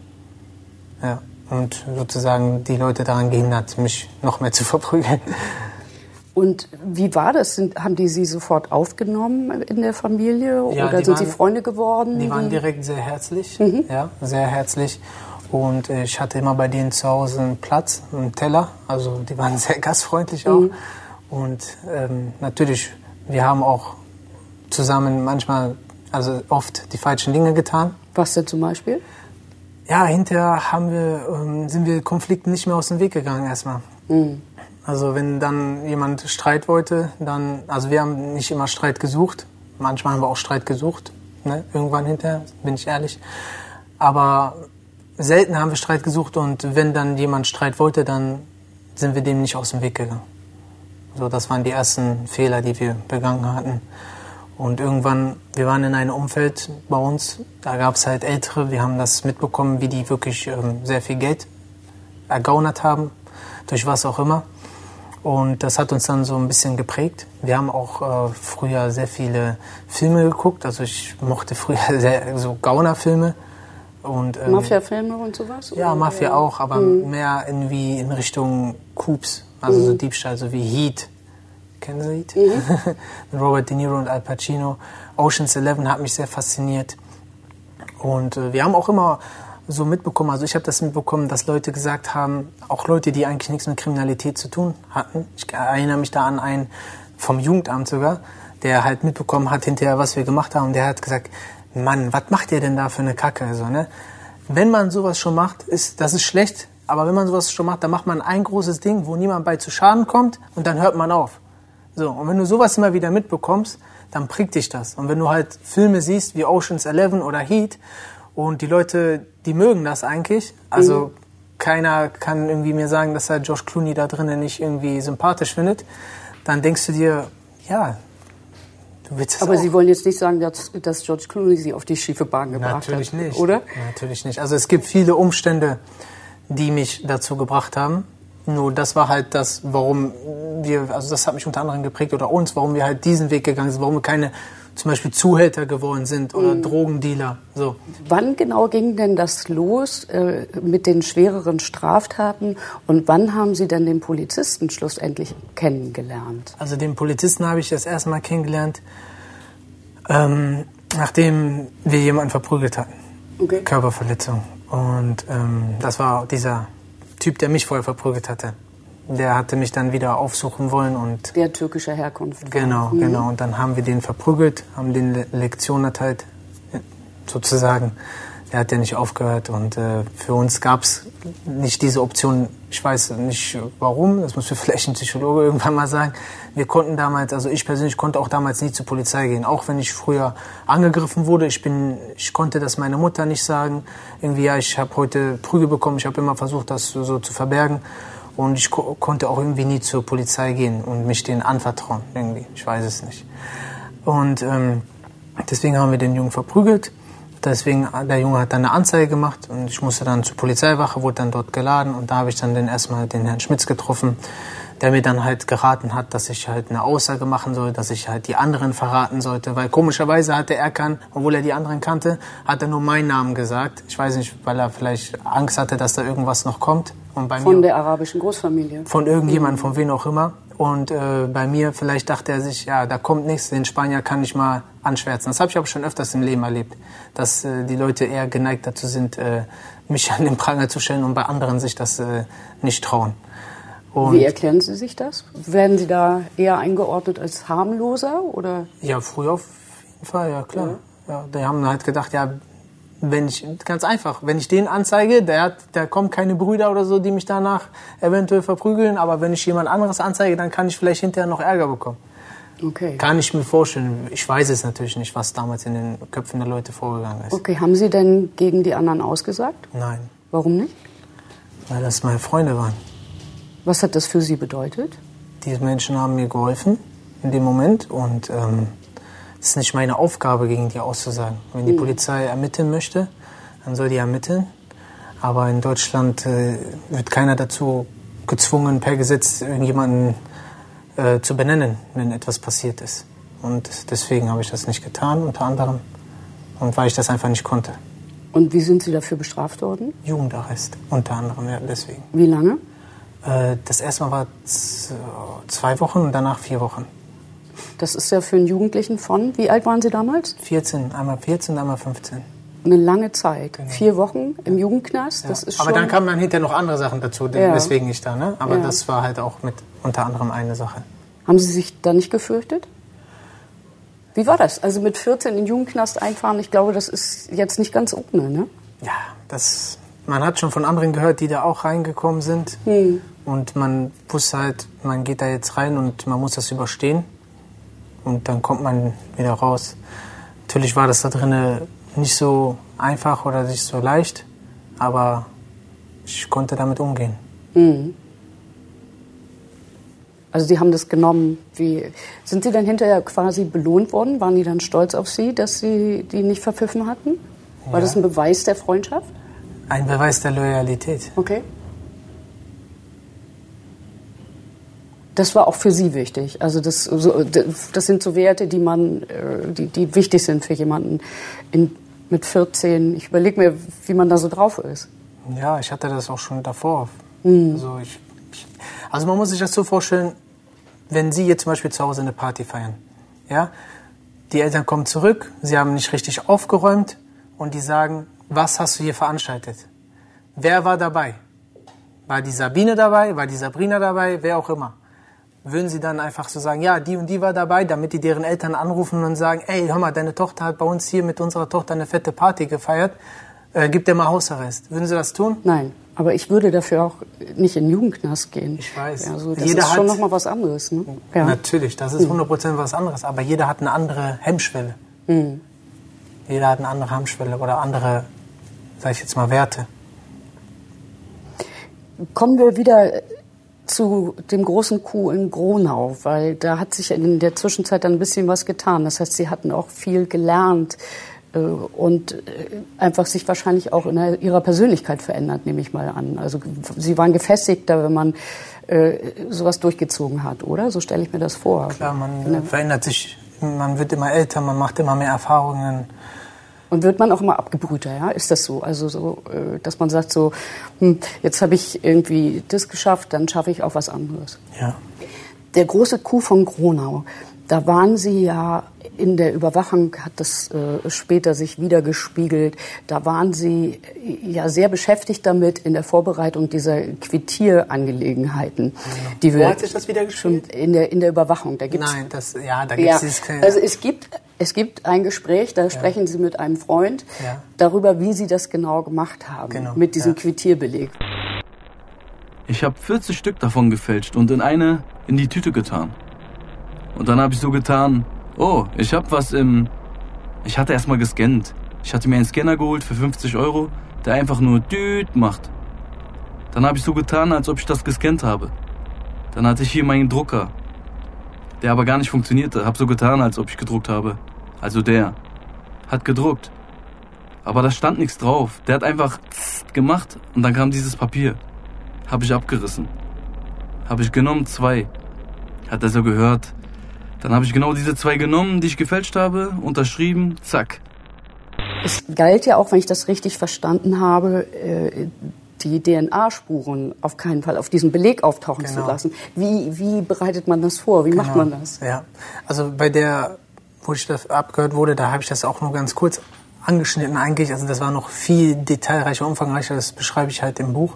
Ja, und sozusagen die Leute daran gehindert, mich noch mehr zu verprügeln. Und wie war das? Sind, haben die Sie sofort aufgenommen in der Familie ja, oder sind waren, Sie Freunde geworden? Die waren direkt sehr herzlich, mhm. ja, sehr herzlich. Und ich hatte immer bei denen zu Hause einen Platz, einen Teller. Also die waren sehr gastfreundlich auch. Mhm. Und ähm, natürlich, wir haben auch zusammen manchmal, also oft die falschen Dinge getan. Was denn zum Beispiel? Ja, hinterher haben wir, ähm, sind wir Konflikten nicht mehr aus dem Weg gegangen erstmal. Mhm. Also wenn dann jemand Streit wollte, dann, also wir haben nicht immer Streit gesucht. Manchmal haben wir auch Streit gesucht, ne? Irgendwann hinterher, bin ich ehrlich. Aber selten haben wir Streit gesucht und wenn dann jemand Streit wollte, dann sind wir dem nicht aus dem Weg gegangen. So, das waren die ersten Fehler, die wir begangen hatten. Und irgendwann, wir waren in einem Umfeld bei uns, da gab es halt Ältere, wir haben das mitbekommen, wie die wirklich ähm, sehr viel Geld ergaunert haben, durch was auch immer. Und das hat uns dann so ein bisschen geprägt. Wir haben auch äh, früher sehr viele Filme geguckt. Also ich mochte früher sehr, so Gaunerfilme. Und, ähm, Mafia-Filme und sowas? Ja, oder? Mafia auch, aber mhm. mehr irgendwie in Richtung Coups, also mhm. so Diebstahl, so wie Heat. Kennen Sie Heat? Mhm. Mit Robert De Niro und Al Pacino. Ocean's Eleven hat mich sehr fasziniert. Und äh, wir haben auch immer so mitbekommen, also ich habe das mitbekommen, dass Leute gesagt haben, auch Leute, die eigentlich nichts mit Kriminalität zu tun hatten. Ich erinnere mich da an einen vom Jugendamt sogar, der halt mitbekommen hat hinterher, was wir gemacht haben. Und der hat gesagt, Mann, was macht ihr denn da für eine Kacke? So, ne? Wenn man sowas schon macht, ist das ist schlecht. Aber wenn man sowas schon macht, dann macht man ein großes Ding, wo niemand bei zu Schaden kommt und dann hört man auf. So, und wenn du sowas immer wieder mitbekommst, dann prägt dich das. Und wenn du halt Filme siehst wie Ocean's Eleven oder Heat und die Leute, die mögen das eigentlich, also mhm. keiner kann irgendwie mir sagen, dass er George Clooney da drinnen nicht irgendwie sympathisch findet, dann denkst du dir, ja, du willst das Aber auch. Sie wollen jetzt nicht sagen, dass, dass George Clooney Sie auf die schiefe Bahn gebracht Natürlich hat, nicht. oder? Natürlich nicht. Also es gibt viele Umstände, die mich dazu gebracht haben. Nur das war halt das, warum wir, also das hat mich unter anderem geprägt oder uns, warum wir halt diesen Weg gegangen sind, warum wir keine zum Beispiel Zuhälter geworden sind oder mhm. Drogendealer. So. Wann genau ging denn das los äh, mit den schwereren Straftaten und wann haben Sie denn den Polizisten schlussendlich kennengelernt? Also den Polizisten habe ich das erste Mal kennengelernt, ähm, nachdem wir jemanden verprügelt hatten. Okay. Körperverletzung. Und ähm, das war dieser Typ, der mich vorher verprügelt hatte. Der hatte mich dann wieder aufsuchen wollen und... Der türkischer Herkunft. Genau, mhm. genau. Und dann haben wir den verprügelt, haben den Le- Lektionen erteilt, sozusagen. Der hat ja nicht aufgehört und äh, für uns gab es nicht diese Option. Ich weiß nicht warum, das muss mir vielleicht ein Psychologe irgendwann mal sagen. Wir konnten damals, also ich persönlich konnte auch damals nie zur Polizei gehen, auch wenn ich früher angegriffen wurde. Ich bin, ich konnte das meiner Mutter nicht sagen. Irgendwie, ja, ich habe heute Prügel bekommen, ich habe immer versucht, das so, so zu verbergen. Und ich ko- konnte auch irgendwie nie zur Polizei gehen und mich denen anvertrauen, irgendwie. Ich weiß es nicht. Und ähm, deswegen haben wir den Jungen verprügelt. Deswegen, der Junge hat dann eine Anzeige gemacht und ich musste dann zur Polizeiwache, wurde dann dort geladen und da habe ich dann den erstmal den Herrn Schmitz getroffen, der mir dann halt geraten hat, dass ich halt eine Aussage machen soll, dass ich halt die anderen verraten sollte, weil komischerweise hatte er kann, obwohl er die anderen kannte, hat er nur meinen Namen gesagt. Ich weiß nicht, weil er vielleicht Angst hatte, dass da irgendwas noch kommt. Und bei von mir, der arabischen Großfamilie? Von irgendjemandem, von wem auch immer. Und äh, bei mir, vielleicht dachte er sich, ja, da kommt nichts, den Spanier kann ich mal anschwärzen. Das habe ich aber schon öfters im Leben erlebt, dass äh, die Leute eher geneigt dazu sind, äh, mich an den Pranger zu stellen und bei anderen sich das äh, nicht trauen. Und wie erklären Sie sich das? Werden Sie da eher eingeordnet als harmloser? Oder? Ja, früher auf jeden Fall, ja klar. Ja. Ja, die haben halt gedacht, ja, wenn ich, ganz einfach, wenn ich den anzeige, der hat, da kommen keine Brüder oder so, die mich danach eventuell verprügeln, aber wenn ich jemand anderes anzeige, dann kann ich vielleicht hinterher noch Ärger bekommen. Okay. Kann ich mir vorstellen. Ich weiß es natürlich nicht, was damals in den Köpfen der Leute vorgegangen ist. Okay, haben Sie denn gegen die anderen ausgesagt? Nein. Warum nicht? Weil das meine Freunde waren. Was hat das für Sie bedeutet? Diese Menschen haben mir geholfen in dem Moment und ähm, es ist nicht meine Aufgabe, gegen die auszusagen. Wenn die mhm. Polizei ermitteln möchte, dann soll die ermitteln. Aber in Deutschland äh, wird keiner dazu gezwungen, per Gesetz irgendjemanden äh, zu benennen, wenn etwas passiert ist. Und deswegen habe ich das nicht getan, unter anderem. Und weil ich das einfach nicht konnte. Und wie sind Sie dafür bestraft worden? Jugendarrest, unter anderem, ja, deswegen. Wie lange? Äh, das erste Mal war zwei Wochen und danach vier Wochen. Das ist ja für einen Jugendlichen von, wie alt waren Sie damals? vierzehn, einmal vierzehn, einmal fünfzehn. Eine lange Zeit. Genau. Vier Wochen im ja. Jugendknast, ja. das ist Aber schon... dann kamen dann hinterher noch andere Sachen dazu, ja. deswegen nicht da, ne? Aber ja. das war halt auch mit unter anderem eine Sache. Haben Sie sich da nicht gefürchtet? Wie war das? Also mit vierzehn in den Jugendknast einfahren, ich glaube, das ist jetzt nicht ganz ohne, ne? Ja, das... Man hat schon von anderen gehört, die da auch reingekommen sind. Hm. Und man wusste halt, man geht da jetzt rein und man muss das überstehen. Und dann kommt man wieder raus. Natürlich war das da drinnen nicht so einfach oder nicht so leicht, aber ich konnte damit umgehen. Mhm. Also Sie haben das genommen. Wie sind Sie dann hinterher quasi belohnt worden? Waren die dann stolz auf Sie, dass Sie die nicht verpfiffen hatten? War ja. das ein Beweis der Freundschaft? Ein Beweis der Loyalität. Okay. Das war auch für Sie wichtig. Also das, so, das sind so Werte, die man, die, die wichtig sind für jemanden in, mit vierzehn. Ich überlege mir, wie man da so drauf ist. Ja, ich hatte das auch schon davor. Mhm. Also, ich, ich, also man muss sich das so vorstellen, wenn Sie jetzt zum Beispiel zu Hause eine Party feiern, ja, die Eltern kommen zurück, sie haben nicht richtig aufgeräumt und die sagen, was hast du hier veranstaltet? Wer war dabei? War die Sabine dabei? War die Sabrina dabei? Wer auch immer. Würden sie dann einfach so sagen, ja, die und die war dabei, damit die deren Eltern anrufen und sagen, ey, hör mal, deine Tochter hat bei uns hier mit unserer Tochter eine fette Party gefeiert, äh, gib dir mal Hausarrest. Würden sie das tun? Nein, aber ich würde dafür auch nicht in den Jugendknast gehen. Ich weiß. Also das jeder ist schon hat, noch mal was anderes. Ne? Ja. Natürlich, das ist hundert Prozent was anderes, aber jeder hat eine andere Hemmschwelle. Mhm. Jeder hat eine andere Hemmschwelle oder andere, sag ich jetzt mal, Werte. Kommen wir wieder zu dem großen Coup in Gronau, weil da hat sich in der Zwischenzeit ein bisschen was getan. Das heißt, Sie hatten auch viel gelernt äh, und äh, einfach sich wahrscheinlich auch in der, Ihrer Persönlichkeit verändert, nehme ich mal an. Also Sie waren gefestigter, wenn man äh, sowas durchgezogen hat, oder? So stelle ich mir das vor. Klar, man ja. verändert sich, man wird immer älter, man macht immer mehr Erfahrungen. Und wird man auch immer abgebrühter, ja? Ist das so? Also so, dass man sagt so, hm, jetzt habe ich irgendwie das geschafft, dann schaffe ich auch was anderes. Ja. Der große Coup von Gronau, da waren Sie ja in der Überwachung, hat das äh, später sich wieder gespiegelt, da waren Sie ja sehr beschäftigt damit in der Vorbereitung dieser Quittierangelegenheiten. Ja. Die Wo wir hat sich das wieder gespielt? In der, in der Überwachung. Da gibt's, Nein, das, ja, da gibt ja, es dieses kleine... Also es gibt, es gibt ein Gespräch, da ja. sprechen Sie mit einem Freund ja. darüber, wie Sie das genau gemacht haben, genau. mit diesem ja. Quittierbeleg. Ich habe vierzig Stück davon gefälscht und in eine in die Tüte getan. Und dann habe ich so getan, oh, ich habe was im... Ich hatte erstmal gescannt. Ich hatte mir einen Scanner geholt für fünfzig Euro, der einfach nur Düt macht. Dann habe ich so getan, als ob ich das gescannt habe. Dann hatte ich hier meinen Drucker, der aber gar nicht funktionierte. Hab so getan, als ob ich gedruckt habe. Also der hat gedruckt. Aber da stand nichts drauf. Der hat einfach gemacht und dann kam dieses Papier. Hab ich abgerissen. Hab ich genommen, zwei. Hat er so gehört. Dann habe ich genau diese zwei genommen, die ich gefälscht habe, unterschrieben, zack. Es galt ja auch, wenn ich das richtig verstanden habe, die D N A-Spuren auf keinen Fall auf diesem Beleg auftauchen genau. zu lassen. Wie, wie bereitet man das vor? Wie genau. macht man das? Ja, also bei der, wo ich das abgehört wurde, da habe ich das auch nur ganz kurz angeschnitten eigentlich. Also das war noch viel detailreicher, umfangreicher, das beschreibe ich halt im Buch.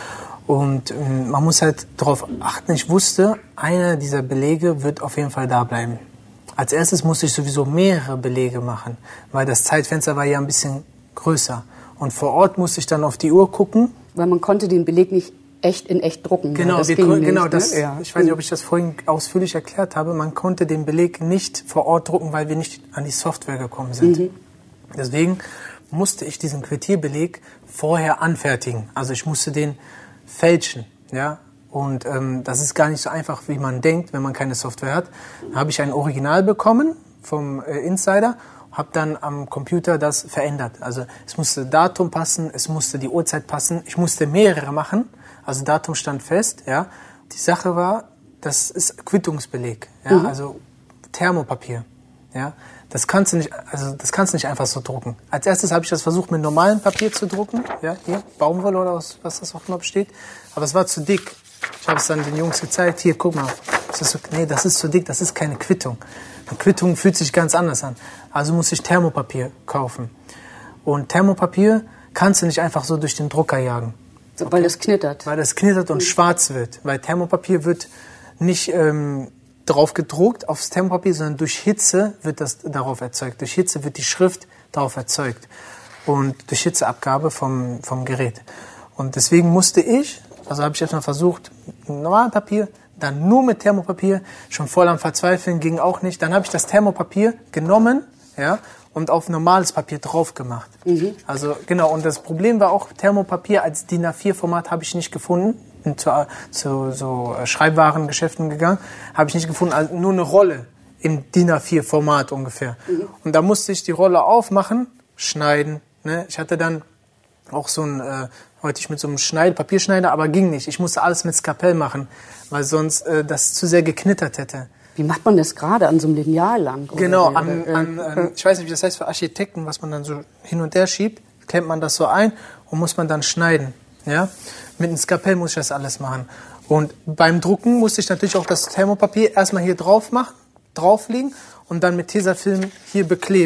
Und ähm, man muss halt darauf achten, ich wusste, einer dieser Belege wird auf jeden Fall da bleiben. Als erstes musste ich sowieso mehrere Belege machen, weil das Zeitfenster war ja ein bisschen größer. Und vor Ort musste ich dann auf die Uhr gucken. Weil man konnte den Beleg nicht echt in echt drucken. Genau, das wir, ging genau nicht, das, ne? ja. ich weiß nicht, ob ich das vorhin ausführlich erklärt habe. Man konnte den Beleg nicht vor Ort drucken, weil wir nicht an die Software gekommen sind. Mhm. Deswegen musste ich diesen Quittierbeleg vorher anfertigen. Also ich musste den fälschen, ja. Und ähm, das ist gar nicht so einfach, wie man denkt, wenn man keine Software hat. Da habe ich ein Original bekommen vom äh, Insider, habe dann am Computer das verändert. Also es musste Datum passen, es musste die Uhrzeit passen, ich musste mehrere machen. Also Datum stand fest, ja. Die Sache war, das ist Quittungsbeleg, ja, mhm. also Thermopapier, ja. Das kannst du nicht, also das kannst du nicht einfach so drucken. Als erstes habe ich das versucht, mit normalem Papier zu drucken, ja, hier Baumwolle oder aus was das auch immer besteht. Aber es war zu dick. Ich habe es dann den Jungs gezeigt. Hier, guck mal. Das ist so, nee, das ist zu dick. Das ist keine Quittung. Eine Quittung fühlt sich ganz anders an. Also muss ich Thermopapier kaufen. Und Thermopapier kannst du nicht einfach so durch den Drucker jagen. Okay? Weil das knittert. Weil das knittert und mhm. schwarz wird. Weil Thermopapier wird nicht ähm, drauf gedruckt aufs Thermopapier, sondern durch Hitze wird das darauf erzeugt. Durch Hitze wird die Schrift darauf erzeugt. Und durch Hitzeabgabe vom, vom Gerät. Und deswegen musste ich, also habe ich erstmal versucht, mit normalem Papier, dann nur mit Thermopapier, schon voll am Verzweifeln, ging auch nicht. Dann habe ich das Thermopapier genommen, ja, und auf normales Papier drauf gemacht. Mhm. Also genau, und das Problem war auch, Thermopapier als D I N A vier Format habe ich nicht gefunden. Bin zu, zu so Schreibwarengeschäften gegangen, habe ich nicht gefunden, also nur eine Rolle im D I N A vier Format ungefähr. Mhm. Und da musste ich die Rolle aufmachen, schneiden. Ne? Ich hatte dann auch so ein, äh, heute ich mit so einem Schneid, Papierschneider, aber ging nicht. Ich musste alles mit Skalpell machen, weil sonst äh, das zu sehr geknittert hätte. Wie macht man das gerade an so einem Lineal lang? Genau, an, an, an, ich weiß nicht, wie das heißt für Architekten, was man dann so hin und her schiebt, klemmt man das so ein und muss man dann schneiden. Ja? Mit einem Skalpell muss ich das alles machen. Und beim Drucken musste ich natürlich auch das Thermopapier erstmal hier drauf machen, drauflegen und dann mit Tesafilm hier bekleben.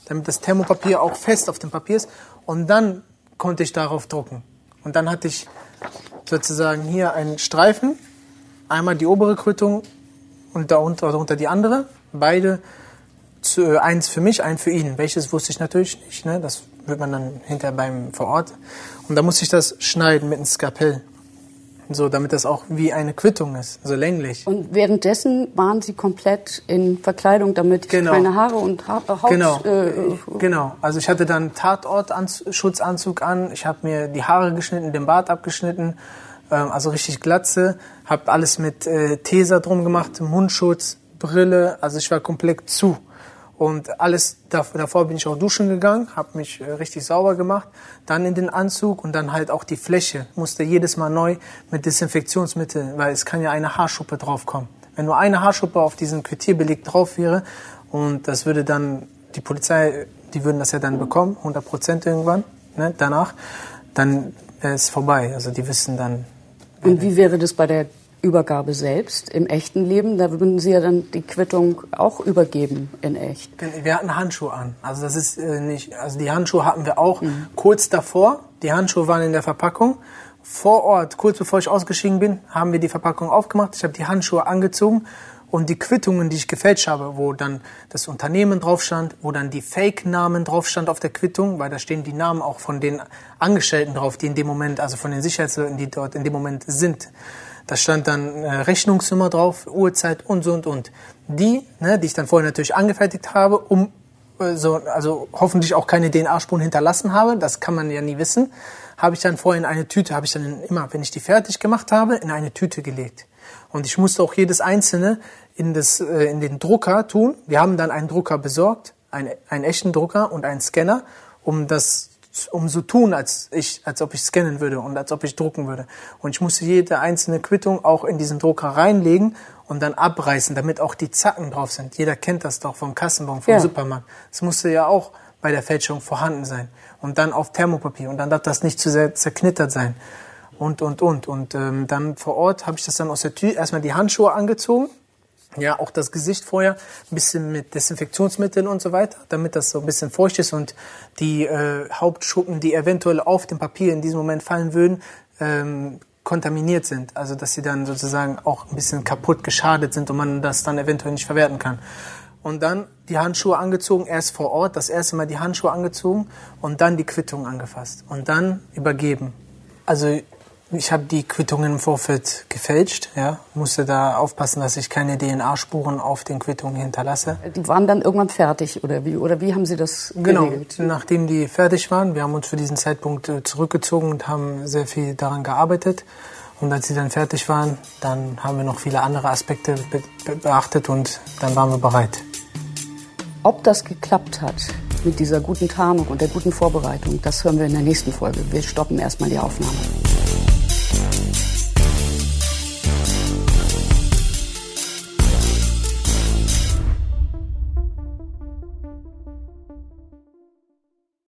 damit das Thermopapier auch fest auf dem Papier ist. Und dann konnte ich darauf drucken. Und dann hatte ich sozusagen hier einen Streifen, einmal die obere Quittung und darunter, darunter die andere. Beide, zu, äh, eins für mich, ein für ihn. Welches wusste ich natürlich nicht, ne? Das wird man dann hinterher beim vor Ort. Und da musste ich das schneiden mit einem Skalpell. So, damit das auch wie eine Quittung ist, so länglich. Und währenddessen waren Sie komplett in Verkleidung, damit genau. keine Haare und ha Haut... Genau. Äh, genau, also ich hatte dann Tatortschutzanzug an, ich habe mir die Haare geschnitten, den Bart abgeschnitten, ähm, also richtig Glatze, habe alles mit äh, Tesa drum gemacht, Mundschutz, Brille, also ich war komplett zu. Und alles, davor bin ich auch duschen gegangen, habe mich richtig sauber gemacht, dann in den Anzug und dann halt auch die Fläche. Musste jedes Mal neu mit Desinfektionsmittel, weil es kann ja eine Haarschuppe draufkommen. Wenn nur eine Haarschuppe auf diesen Quitierbeleg drauf wäre und das würde dann, die Polizei, die würden das ja dann bekommen, hundert Prozent irgendwann, ne, danach, dann ist es vorbei. Also die wissen dann... Und wie wäre das bei der Übergabe selbst im echten Leben? Da würden Sie ja dann die Quittung auch übergeben in echt. Wir hatten Handschuhe an. Also das ist äh, nicht, also die Handschuhe hatten wir auch mhm. kurz davor. Die Handschuhe waren in der Verpackung. Vor Ort, kurz bevor ich ausgestiegen bin, haben wir die Verpackung aufgemacht. Ich habe die Handschuhe angezogen und die Quittungen, die ich gefälscht habe, wo dann das Unternehmen drauf stand, wo dann die Fake-Namen drauf stand auf der Quittung, weil da stehen die Namen auch von den Angestellten drauf, die in dem Moment, also von den Sicherheitsleuten, die dort in dem Moment sind. Da stand dann äh, Rechnungsnummer drauf, Uhrzeit und so und und. Die, ne, die ich dann vorher natürlich angefertigt habe, um äh, so, also hoffentlich auch keine D N A-Spuren hinterlassen habe, das kann man ja nie wissen, habe ich dann vorher in eine Tüte, habe ich dann immer, wenn ich die fertig gemacht habe, in eine Tüte gelegt. Und ich musste auch jedes einzelne in, das, äh, in den Drucker tun. Wir haben dann einen Drucker besorgt, einen, einen echten Drucker und einen Scanner, um das um so tun, als ich, als ob ich scannen würde und als ob ich drucken würde. Und ich musste jede einzelne Quittung auch in diesen Drucker reinlegen und dann abreißen, damit auch die Zacken drauf sind. Jeder kennt das doch vom Kassenbon, vom ja. Supermarkt. Das musste ja auch bei der Fälschung vorhanden sein. Und dann auf Thermopapier. Und dann darf das nicht zu sehr zerknittert sein. Und, und, und. Und ähm, dann vor Ort habe ich das dann aus der Tür erstmal die Handschuhe angezogen. Ja, auch das Gesicht vorher, ein bisschen mit Desinfektionsmitteln und so weiter, damit das so ein bisschen feucht ist und die äh, Hauptschuppen, die eventuell auf dem Papier in diesem Moment fallen würden, ähm, kontaminiert sind. Also dass sie dann sozusagen auch ein bisschen kaputt, geschadet sind und man das dann eventuell nicht verwerten kann. Und dann die Handschuhe angezogen, erst vor Ort, das erste Mal die Handschuhe angezogen und dann die Quittung angefasst und dann übergeben. Also ich habe die Quittungen im Vorfeld gefälscht, ja, musste da aufpassen, dass ich keine D N A-Spuren auf den Quittungen hinterlasse. Die waren dann irgendwann fertig, oder wie, oder wie haben Sie das geregelt? Genau, nachdem die fertig waren, wir haben uns für diesen Zeitpunkt zurückgezogen und haben sehr viel daran gearbeitet. Und als sie dann fertig waren, dann haben wir noch viele andere Aspekte be beachtet und dann waren wir bereit. Ob das geklappt hat mit dieser guten Tarnung und der guten Vorbereitung, das hören wir in der nächsten Folge. Wir stoppen erstmal die Aufnahme.